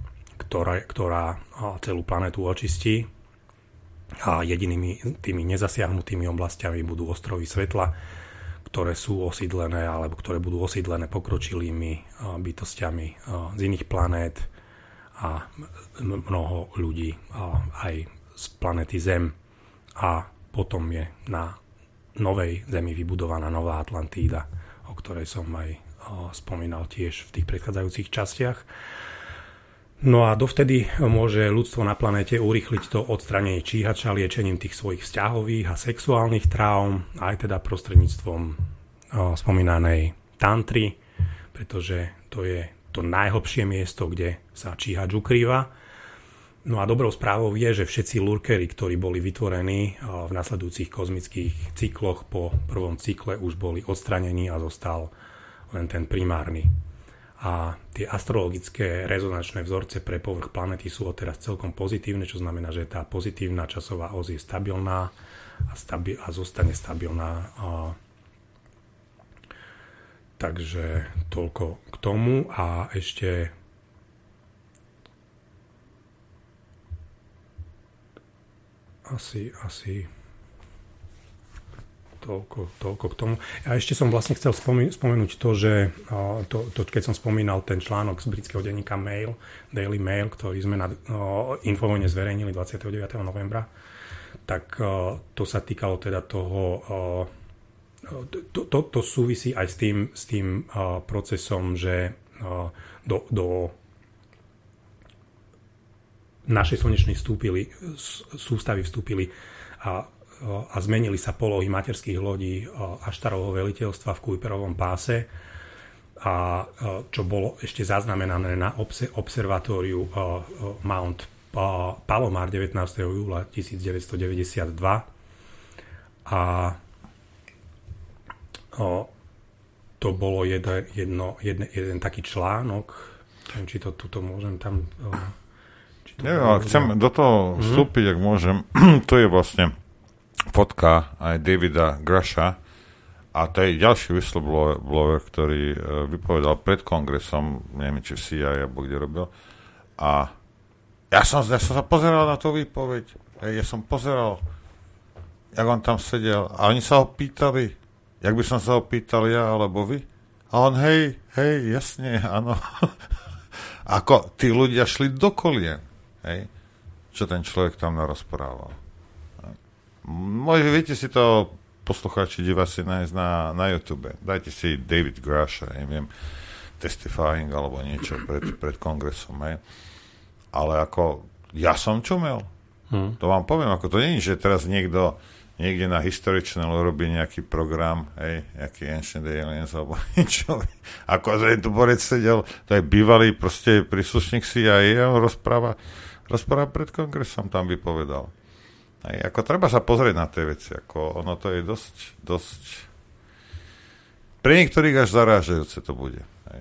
ktorá celú planétu očistí. A jedinými tými nezasiahnutými oblastiami budú ostrovy svetla, ktoré sú osídlené alebo ktoré budú osídlené pokročilými bytostiami z iných planét a mnoho ľudí aj z planéty Zem. A potom je na novej Zemi vybudovaná nová Atlantída, o ktorej som aj spomínal tiež v tých predchádzajúcich častiach. No a dovtedy môže ľudstvo na planéte urýchliť to odstránenie číhača liečením tých svojich vzťahových a sexuálnych traum, aj teda prostredníctvom spomínanej tantry, pretože to je to najhlbšie miesto, kde sa číhač ukrýva. No a dobrou správou je, že všetci lurkery, ktorí boli vytvorení v nasledujúcich kozmických cykloch po prvom cykle, už boli odstranení a zostal len ten primárny. A tie astrologické rezonančné vzorce pre povrch planety sú odteraz celkom pozitívne, čo znamená, že tá pozitívna časová os je stabilná a zostane stabilná. Takže toľko k tomu a ešte asi toľko k tomu. A ešte som vlastne chcel spomenúť to, že keď som spomínal ten článok z britského denníka Daily Mail, ktorý sme na Infovojne zverejnili 29. novembra, tak to sa týkalo teda toho, to súvisí aj s tým procesom, že do našej slnečnej sústavy vstúpili a zmenili sa polohy materských lodí Aštarovho veliteľstva v Kuiperovom páse, a čo bolo ešte zaznamenané na observatóriu Mount Palomar 19. júla 1992. A to bolo jeden taký článok, neviem, či to tuto môžem tam... Chcem do toho vstúpiť, ak môžem. To je vlastne fotka aj Davida Grusha a to je ďalší whistleblower, ktorý vypovedal pred kongresom, neviem, či v CIA alebo kde robil. A ja som sa pozeral na tú výpoveď. Ja som pozeral, jak on tam sedel a oni sa ho pýtali, jak by som sa ho pýtal ja alebo vy. A on hej, jasne, áno. Ako tí ľudia šli do kolien, hej, čo ten človek tam narozprával. Viete si to poslucháči, diváci nájsť na YouTube. Dajte si David Grush, neviem, testifying alebo niečo pred kongresom. Ale ako ja som čumel. To vám poviem, ako to nie je, že teraz niekde na History Channel robí nejaký program, nejaký Ancient Aliens alebo niečo. Ako že tu borec sedel, to je bývalý proste príslušník CIA, on rozpráva pred kongresom, tam vypovedal. Ako treba sa pozrieť na tie veci, ako ono to je dosť pre niektorých až zarážajúce to bude.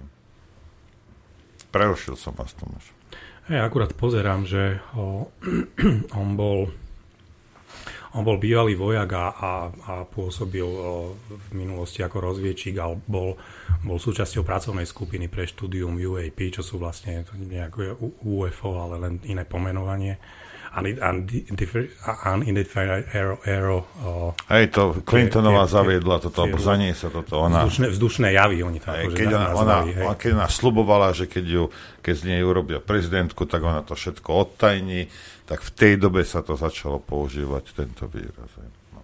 Prerušil som vás, Tomáš. Ja akurát pozerám, že on bol bývalý vojak a pôsobil v minulosti ako rozviečik, ale bol súčasťou pracovnej skupiny pre štúdium UAP, čo sú vlastne nejaké UFO, ale len iné pomenovanie. Unidentified Aero. To Clintonová zaviedla toto, alebo za nej sa toto. Vzdušné javy, oni tam nazvali. Keď nás sľubovala, že keď z nej urobia prezidentku, tak ona to všetko odtajní, tak v tej dobe sa to začalo používať, tento výraz. No.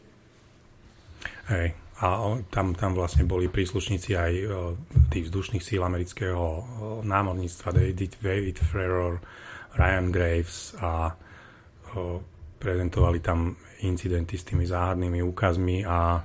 A tam vlastne boli príslušníci aj tých vzdušných síl amerického námorníctva, David Farrar, Ryan Graves a prezentovali tam incidenty s tými záhadnými úkazmi a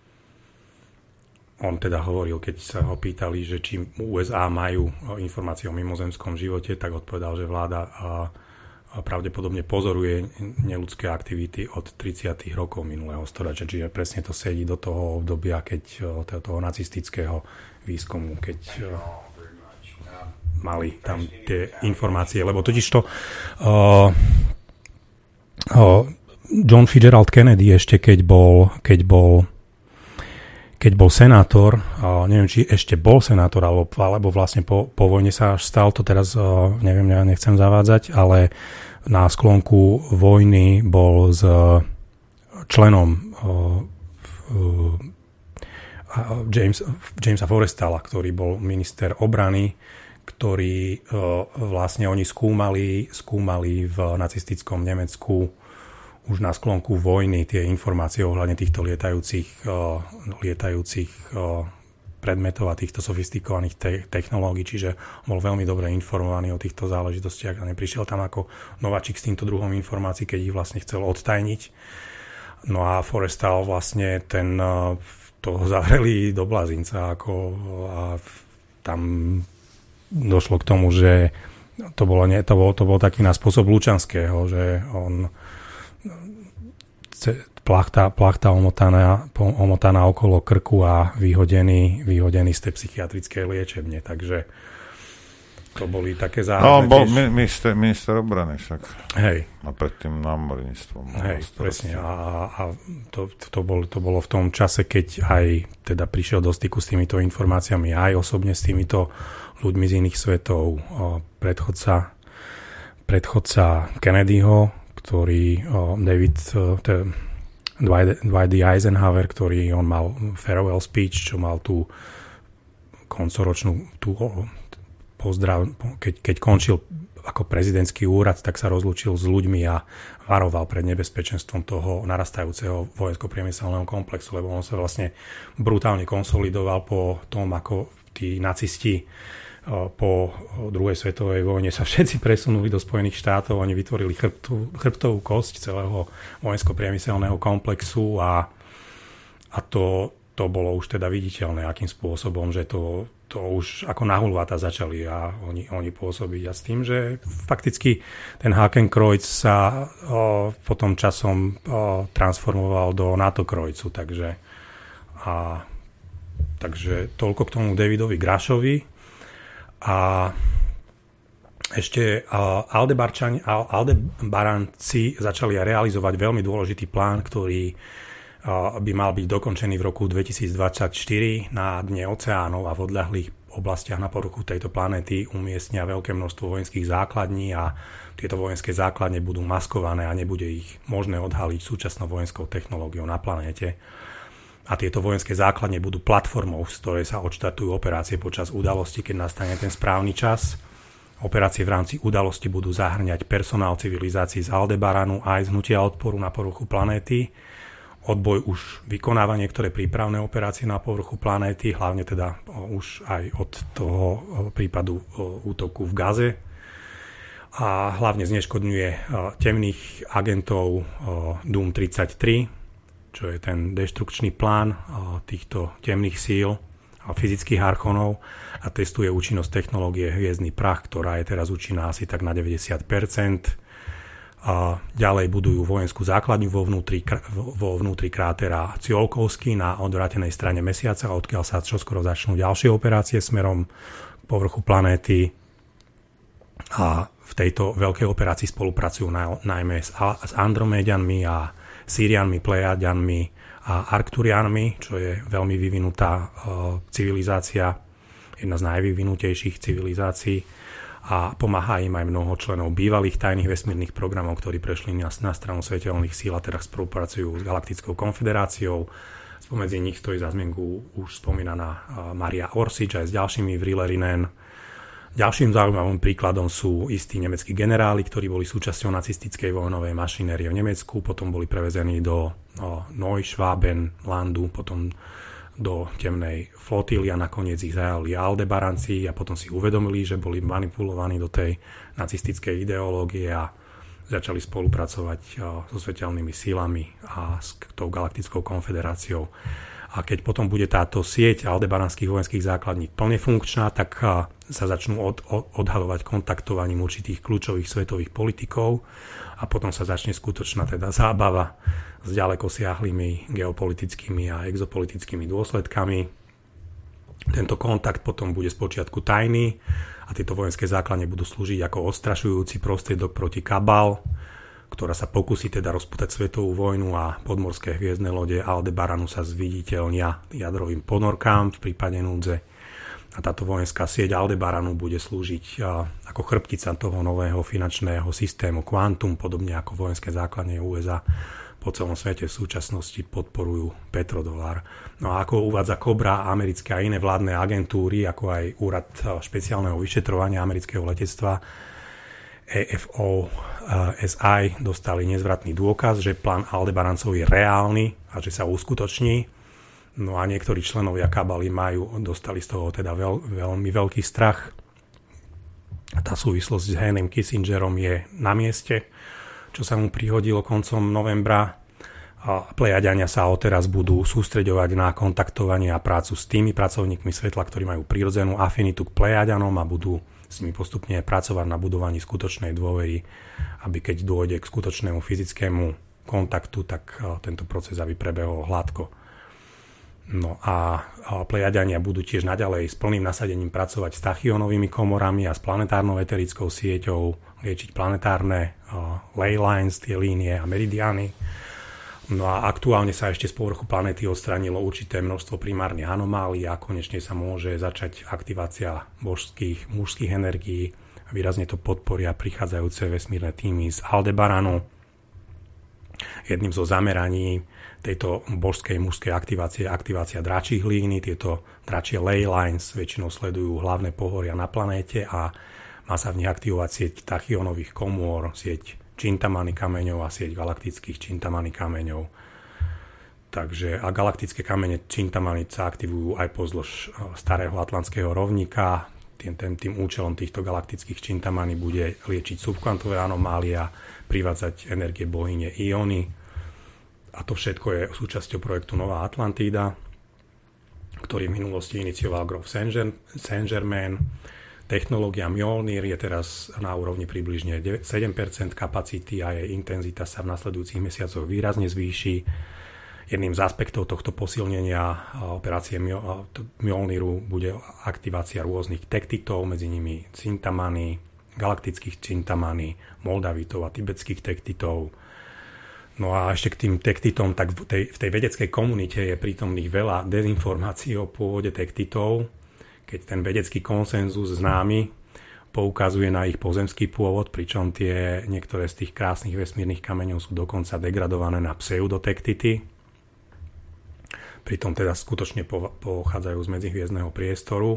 on teda hovoril, keď sa ho pýtali, že či USA majú informácie o mimozemskom živote, tak odpovedal, že vláda pravdepodobne pozoruje neľudské aktivity od 30. rokov minulého storočia, čiže presne to sedí do toho obdobia, toho nacistického výskumu, keď mali tam tie informácie, lebo totižto John Fitzgerald Kennedy ešte keď bol senátor, neviem, či ešte bol senátor, alebo vlastne po vojne sa až stal, to teraz neviem, ja nechcem zavádzať, ale na sklonku vojny bol s členom Jamesa Forrestala, ktorý bol minister obrany, ktorí vlastne oni skúmali v nacistickom Nemecku už na sklonku vojny tie informácie ohľadne týchto lietajúcich predmetov a týchto sofistikovaných technológií, čiže bol veľmi dobre informovaný o týchto záležitostiach a neprišiel tam ako nováčik s týmto druhom informácií, keď ich vlastne chcel odtajniť. No a Forrestal vlastne toho zavreli do blázinca a tam došlo k tomu, že to bol taký na spôsob Lučanského, že on plachta omotaná okolo krku a vyhodený z tej psychiatrickej liečebne, takže to boli také záhadné. No, on bol minister obrany však. Hej. A predtým námorníctvom. Hej, presne. A to bolo v tom čase, keď aj teda prišiel do styku s týmito informáciami, aj osobne s týmito ľuďmi z iných svetov. Predchodca Kennedyho, ktorý Dwight D. Eisenhower, ktorý on mal farewell speech, čo mal tú koncoročnú pozdrav, keď končil ako prezidentský úrad, tak sa rozlúčil s ľuďmi a varoval pred nebezpečenstvom toho narastajúceho vojensko-priemyselného komplexu, lebo on sa vlastne brutálne konsolidoval po tom, ako tí nacisti po druhej svetovej vojne sa všetci presunuli do Spojených štátov, oni vytvorili chrbtovú kosť celého vojensko-priemyselného komplexu a to bolo už teda viditeľné, akým spôsobom, že to už ako nahulváta začali a oni pôsobiť a s tým, že fakticky ten Hakenkreuz sa potom časom transformoval do NATO-krojcu, takže toľko k tomu Davidovi Grushovi. A ešte Aldebaranci začali realizovať veľmi dôležitý plán, ktorý by mal byť dokončený v roku 2024 na dne oceánov a v odľahlých oblastiach na povrchu tejto planéty umiestnia veľké množstvo vojenských základní a tieto vojenské základne budú maskované a nebude ich možné odhaliť súčasnou vojenskou technológiou na planéte. A tieto vojenské základne budú platformou, z ktorej sa odštartujú operácie počas udalosti, keď nastane ten správny čas. Operácie v rámci udalosti budú zahŕňať personál civilizácií z Aldebaranu aj z hnutia odporu na povrchu planéty. odboj už vykonáva niektoré prípravné operácie na povrchu planéty, hlavne teda už aj od toho prípadu útoku v Gaze. A hlavne zneškodňuje temných agentov Doom 33, čo je ten deštrukčný plán týchto temných síl a fyzických archonov a testuje účinnosť technológie Hviezdny prach, ktorá je teraz účinná asi tak na 90%. A ďalej budujú vojenskú základňu vo vnútri krátera Tsiolkovský na odvrátenej strane Mesiaca, odkiaľ sa čoskoro začnú ďalšie operácie smerom k povrchu planéty. A v tejto veľkej operácii spolupracujú najmä s Androméďanmi a Syrianmi, Plejadianmi a Arkturianmi, čo je veľmi vyvinutá civilizácia, jedna z najvyvinutejších civilizácií. A pomáha im aj mnoho členov bývalých tajných vesmírnych programov, ktorí prešli na stranu svetelných síl a teraz spolupracujú s Galaktickou konfederáciou. Spomedzi nich stojí za zmienku už spomínaná Maria Orsic aj s ďalšími v Rillerinen. Ďalším zaujímavým príkladom sú istí nemeckí generáli, ktorí boli súčasťou nacistickej vojnovej mašinérie v Nemecku, potom boli prevezení do Neuschwabenlandu, potom do temnej flotíly a nakoniec ich zajali Aldebaranci a potom si uvedomili, že boli manipulovaní do tej nacistickej ideológie a začali spolupracovať so svetelnými sílami a s tou Galaktickou konfederáciou. A keď potom bude táto sieť aldebaranských vojenských základní plne funkčná, tak sa začnú odhalovať kontaktovaním určitých kľúčových svetových politikov a potom sa začne skutočná teda zábava s ďalekosiahlými geopolitickými a exopolitickými dôsledkami. Tento kontakt potom bude spočiatku tajný a tieto vojenské základne budú slúžiť ako odstrašujúci prostriedok proti Kabal, ktorá sa pokusí teda rozputať svetovú vojnu a podmorské hviezdne lode Aldebaranu sa zviditeľnia jadrovým ponorkám v prípade núdze. A táto vojenská sieť Aldebaranu bude slúžiť ako chrbtica toho nového finančného systému Quantum, podobne ako vojenské základne USA po celom svete v súčasnosti podporujú petrodolár. No a ako uvádza Cobra, americké a iné vládne agentúry, ako aj Úrad špeciálneho vyšetrovania amerického letectva EFOSI dostali nezvratný dôkaz, že plán Aldebarancov je reálny a že sa uskutoční. No a niektorí členovia kabaly dostali z toho teda veľmi veľký strach. Tá súvislosť s Henrym Kissingerom je na mieste, čo sa mu prihodilo koncom novembra. A Plejadiania sa odteraz budú sústreďovať na kontaktovanie a prácu s tými pracovníkmi svetla, ktorí majú prirodzenú afinitu k Plejadianom a budú s nimi postupne pracovať na budovaní skutočnej dôvery, aby keď dôjde k skutočnému fyzickému kontaktu, tak tento proces aby prebehol hladko. No a Plejadiania budú tiež naďalej s plným nasadením pracovať s tachyonovými komorami a s planetárnou eterickou sieťou, liečiť planetárne ley lines, tie línie a meridiány. No a aktuálne sa ešte z povrchu planéty odstránilo určité množstvo primárnych anomálií a konečne sa môže začať aktivácia mužských energií. Výrazne to podporia prichádzajúce vesmírne týmy z Aldebaranu. Jedným zo zameraní tejto mužskej aktivácie je aktivácia dračích línií. Tieto dračie ley lines väčšinou sledujú hlavné pohoria na planéte a má sa v nich aktivovať sieť tachyonových komôr, sieť Chintamani kameňov a sieť galaktických Chintamani kameňov. Takže a galaktické kamene Chintamani sa aktivujú aj pozdĺž starého atlantského rovníka. Tým účelom týchto galaktických Chintamani bude liečiť subkvantové anomálie a privádzať energie bohyne Iony. A to všetko je súčasťou projektu Nová Atlantída, ktorý v minulosti inicioval Grof Saint-Germain. Technológia Mjolnir je teraz na úrovni približne 7% kapacity a jej intenzita sa v nasledujúcich mesiacoch výrazne zvýši. Jedným z aspektov tohto posilnenia operácie Mjolniru bude aktivácia rôznych tektitov, medzi nimi Chintamani, galaktických Chintamani, Moldavitov a tibetských tektitov. No a ešte k tým tektitom, tak v tej vedeckej komunite je prítomných veľa dezinformácií o pôvode tektitov, keď ten vedecký konsenzus známy poukazuje na ich pozemský pôvod, pričom niektoré z tých krásnych vesmírnych kameňov sú dokonca degradované na pseudotektity. Pritom teda skutočne pochádzajú z medzihviezdneho priestoru.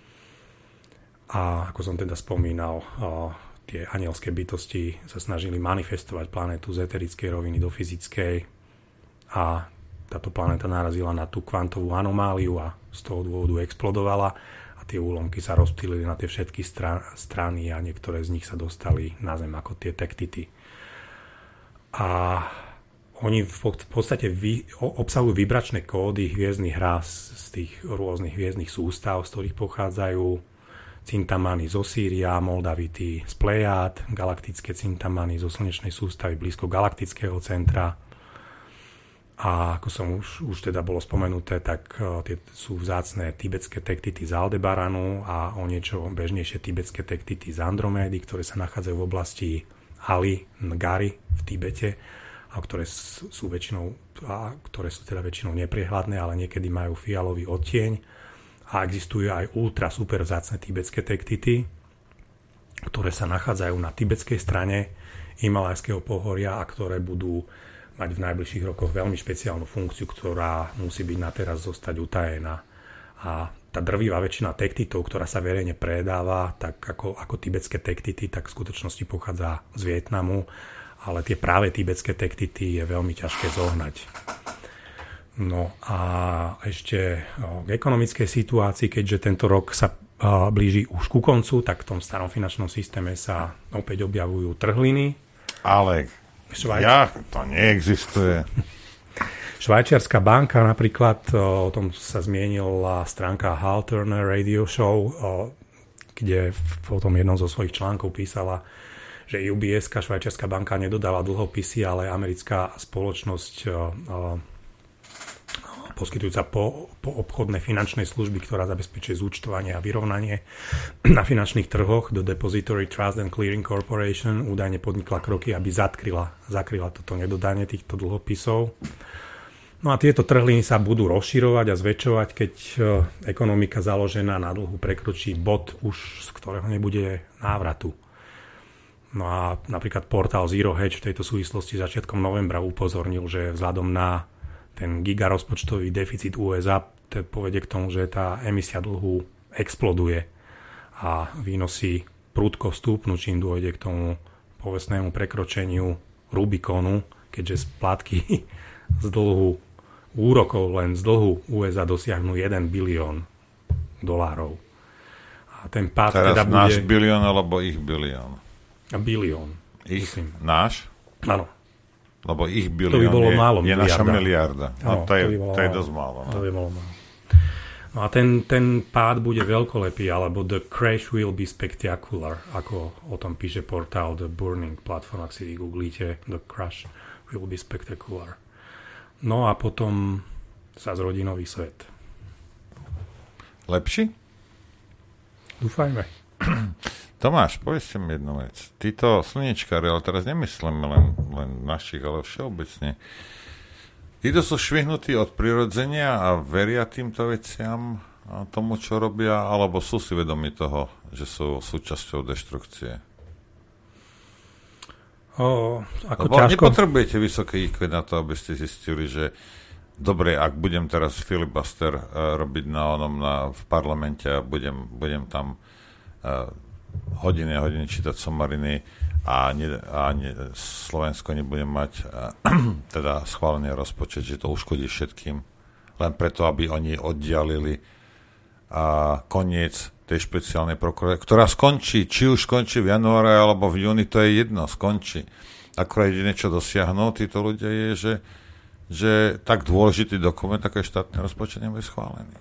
A ako som teda spomínal, tie anielské bytosti sa snažili manifestovať planetu z eterickej roviny do fyzickej a táto planéta narazila na tú kvantovú anomáliu a z toho dôvodu explodovala a tie úlomky sa rozptýlili na tie všetky strany a niektoré z nich sa dostali na Zem ako tie tektity. A oni v podstate obsahujú vibračné kódy hviezdnych rás z tých rôznych hviezdnych sústav, z ktorých pochádzajú cintamany z Osíria, Moldavity z Plejád, galaktické cintamany zo slnečnej sústavy blízko galaktického centra. A ako som už teda bolo spomenuté, tak tie sú vzácne tibetské tektity z Aldebaranu a o niečo bežnejšie tibetské tektity z Andromédy, ktoré sa nachádzajú v oblasti Ali, Ngari v Tibete, a ktoré sú teda väčšinou nepriehľadné, ale niekedy majú fialový odtieň. A existujú aj ultra super vzácne tibetské tektity, ktoré sa nachádzajú na tibetskej strane Himalajského pohoria a ktoré budú mať v najbližších rokoch veľmi špeciálnu funkciu, ktorá musí byť na teraz zostať utajená. A tá drvivá väčšina tektitov, ktorá sa verejne predáva, tak ako tibetské tektity, tak v skutočnosti pochádza z Vietnamu, ale tie práve tibetské tektity je veľmi ťažké zohnať. No a ešte k ekonomickej situácii, keďže tento rok sa blíži už ku koncu, tak v tom starom finančnom systéme sa opäť objavujú trhliny. Ale to neexistuje. Švajčiarska banka napríklad, o tom sa zmienila stránka Hal Turner Radio Show, kde po tom jednom zo svojich článkov písala, že UBS-ka, švajčiarska banka, nedodáva dlhopisy, ale americká spoločnosť poskytujúca po obchodné finančné služby, ktorá zabezpečuje zúčtovanie a vyrovnanie na finančných trhoch, The Depository Trust and Clearing Corporation, údajne podnikla kroky, aby zakryla toto nedodanie týchto dlhopisov. No a tieto trhliny sa budú rozširovať a zväčšovať, keď ekonomika založená na dlhu prekročí bod, už z ktorého nebude návratu. No a napríklad portál Zero Hedge v tejto súvislosti začiatkom novembra upozornil, že vzhľadom na ten gigarozpočtový deficit USA povedie k tomu, že tá emisia dlhu exploduje a výnosy prudko stúpnú, čím dôjde k tomu povestnému prekročeniu Rubikonu, keďže splátky z dlhu úrokov len z dlhu USA dosiahnu $1 bilión. A ten pád teraz teda bude... náš bilión alebo ich bilión? Bilión. Ich? Myslím. Náš? Áno. Lebo ich bilión je naša miliarda. No, to je dosť málo. To by bolo málo. No a ten pád bude veľkolepý, alebo the crash will be spectacular, ako o tom píše portál The Burning Platform, ak si vygooglíte, the crash will be spectacular. No a potom sa zrodí nový svet. Lepší? Dúfajme. Tomáš, povedzte mi jednu vec. Títo slniečkári, ale teraz nemyslíme len našich, ale všeobecne. Títo sú švihnutí od prirodzenia a veria týmto veciam a tomu, čo robia, alebo sú si vedomí toho, že sú súčasťou deštrukcie? Lebo nepotrebujete vysoké IQ na to, aby ste zistili, že dobre, ak budem teraz filibuster robiť v parlamente a budem tam hodiny a hodiny čítať somariny a Slovensko nebude mať teda schválený rozpočet, že to uškodí všetkým, len preto, aby oni oddialili koniec tej špeciálnej prokuratúry, ktorá skončí, či už skončí v januári alebo v júni, to je jedno, skončí. Akorát jediné, čo dosiahnu títo ľudia je, že tak dôležitý dokument, ako je štátny rozpočet, nebude schválený.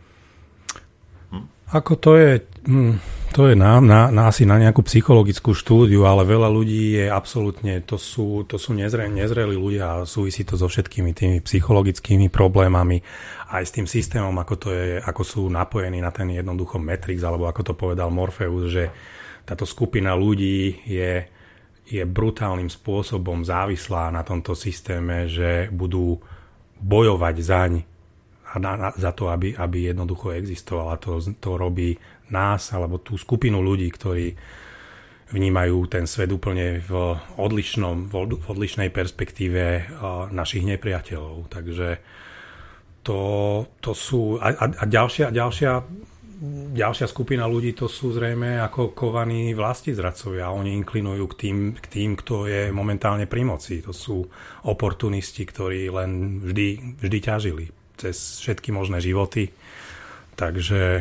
Ako to je asi na nejakú psychologickú štúdiu, ale veľa ľudí je absolútne, to sú nezrelí ľudia a súvisí to so všetkými tými psychologickými problémami, aj s tým systémom, ako sú napojení na ten jednoducho Matrix, alebo ako to povedal Morpheus, že táto skupina ľudí je brutálnym spôsobom závislá na tomto systéme, že budú bojovať zaň a za to, aby jednoducho existovala. To robí nás, alebo tú skupinu ľudí, ktorí vnímajú ten svet úplne v odlišnej perspektíve našich nepriateľov. Takže to sú... A ďalšia ďalšia skupina ľudí to sú zrejme ako kovaní vlastizradcovia. Oni inklinujú k tým, kto je momentálne pri moci. To sú oportunisti, ktorí len vždy ťažili cez všetky možné životy. Takže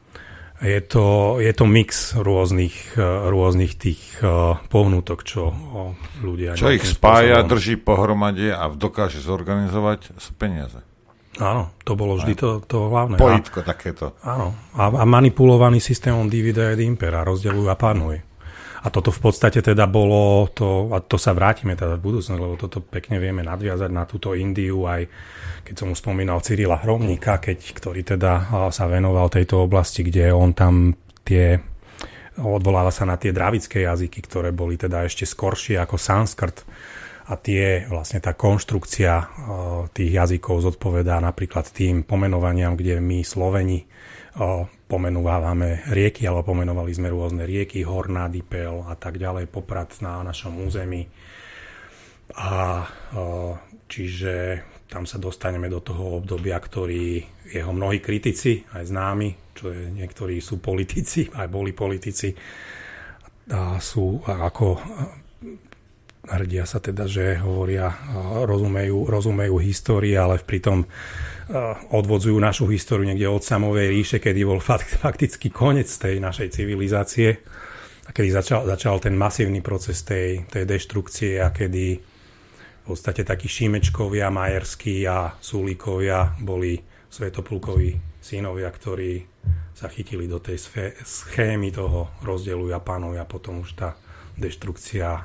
je to mix rôznych tých pohnutok, čo ľudia... Čo ich spája, drží pohromade a dokáže zorganizovať, sú peniaze. Áno, to bolo vždy to hlavné. Pojitko takéto. Áno, a manipulovaný systémom divide et impera, rozdeľuj a panuj. A toto v podstate teda bolo, a to sa vrátime teda v budúcnosti, lebo toto pekne vieme nadviazať na túto Indiu, aj keď som už spomínal Cyrila Hromníka, ktorý teda sa venoval tejto oblasti, kde on tam odvoláva sa na tie dravické jazyky, ktoré boli teda ešte skoršie ako sanskrt. A vlastne tá konštrukcia tých jazykov zodpovedá napríklad tým pomenovaniam, kde my Sloveni pomenúvame rieky, alebo pomenovali sme rôzne rieky, Horná, Dipel a tak ďalej, Poprad na našom území. A čiže tam sa dostaneme do toho obdobia, ktorý jeho mnohí kritici, aj známi, čo je, niektorí sú politici, aj boli politici, a sú ako... Hrdia sa teda, že hovoria, rozumejú histórii, ale pritom odvodzujú našu históriu niekde od samovej ríše, kedy bol fakticky koniec tej našej civilizácie a kedy začal ten masívny proces tej deštrukcie a kedy v podstate takí Šímečkovia, Majerskí a Sulíkovia boli Svätoplukoví synovia, ktorí sa chytili do tej schémy toho rozdeľuj a panuj a potom už tá deštrukcia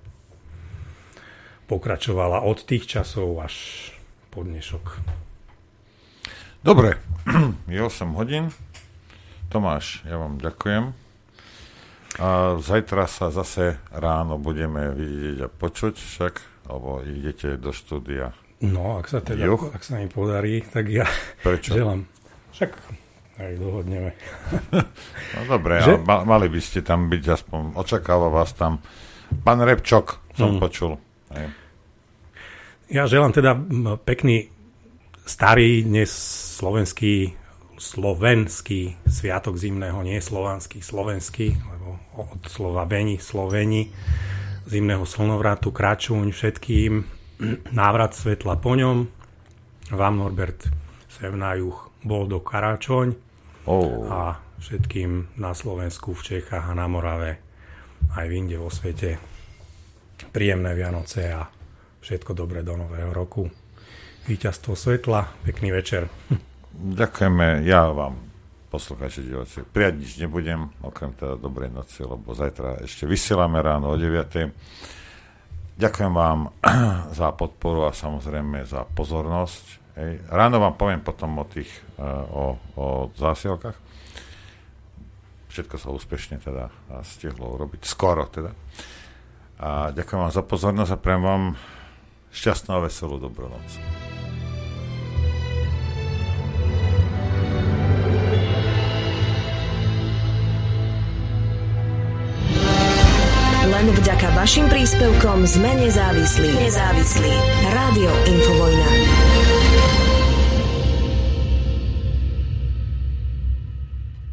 pokračovala od tých časov až po dnešok. Dobre, je 8 hodín. Tomáš, ja vám ďakujem. A zajtra sa zase ráno budeme vidieť a počuť však, alebo idete do štúdia. No, ak sa mi podarí, tak ja želám. Však aj dohodneme. No dobre, mali by ste tam byť, aspoň očakáva vás tam pán Repčok, som počul. Ja želám teda pekný starý dnes slovenský sviatok zimného, nie slovanský, slovenský, lebo od slova veni, Sloveni, zimného slnovratu, kračuň všetkým, návrat svetla po ňom, vám Norbert, sev na juh, bol do Karáčoň a všetkým na Slovensku, v Čechách a na Morave, aj v inde vo svete, príjemné Vianoce a všetko dobré do nového roku. Víťazstvo svetla, pekný večer. Ďakujeme, ja vám, poslucháči, diváci, prijať nič nebudem, okrem teda dobrej noci, lebo zajtra ešte vysielame ráno o 9:00. Ďakujem vám za podporu a samozrejme za pozornosť. Ráno vám poviem potom o tých o zásielkach. Všetko sa úspešne teda stihlo urobiť, skoro teda. A ďakujem vám za pozornosť a prajem vám šťastnú a veselú dobrú noc. Len vďaka vašim príspevkom sme nezávislí. Rádio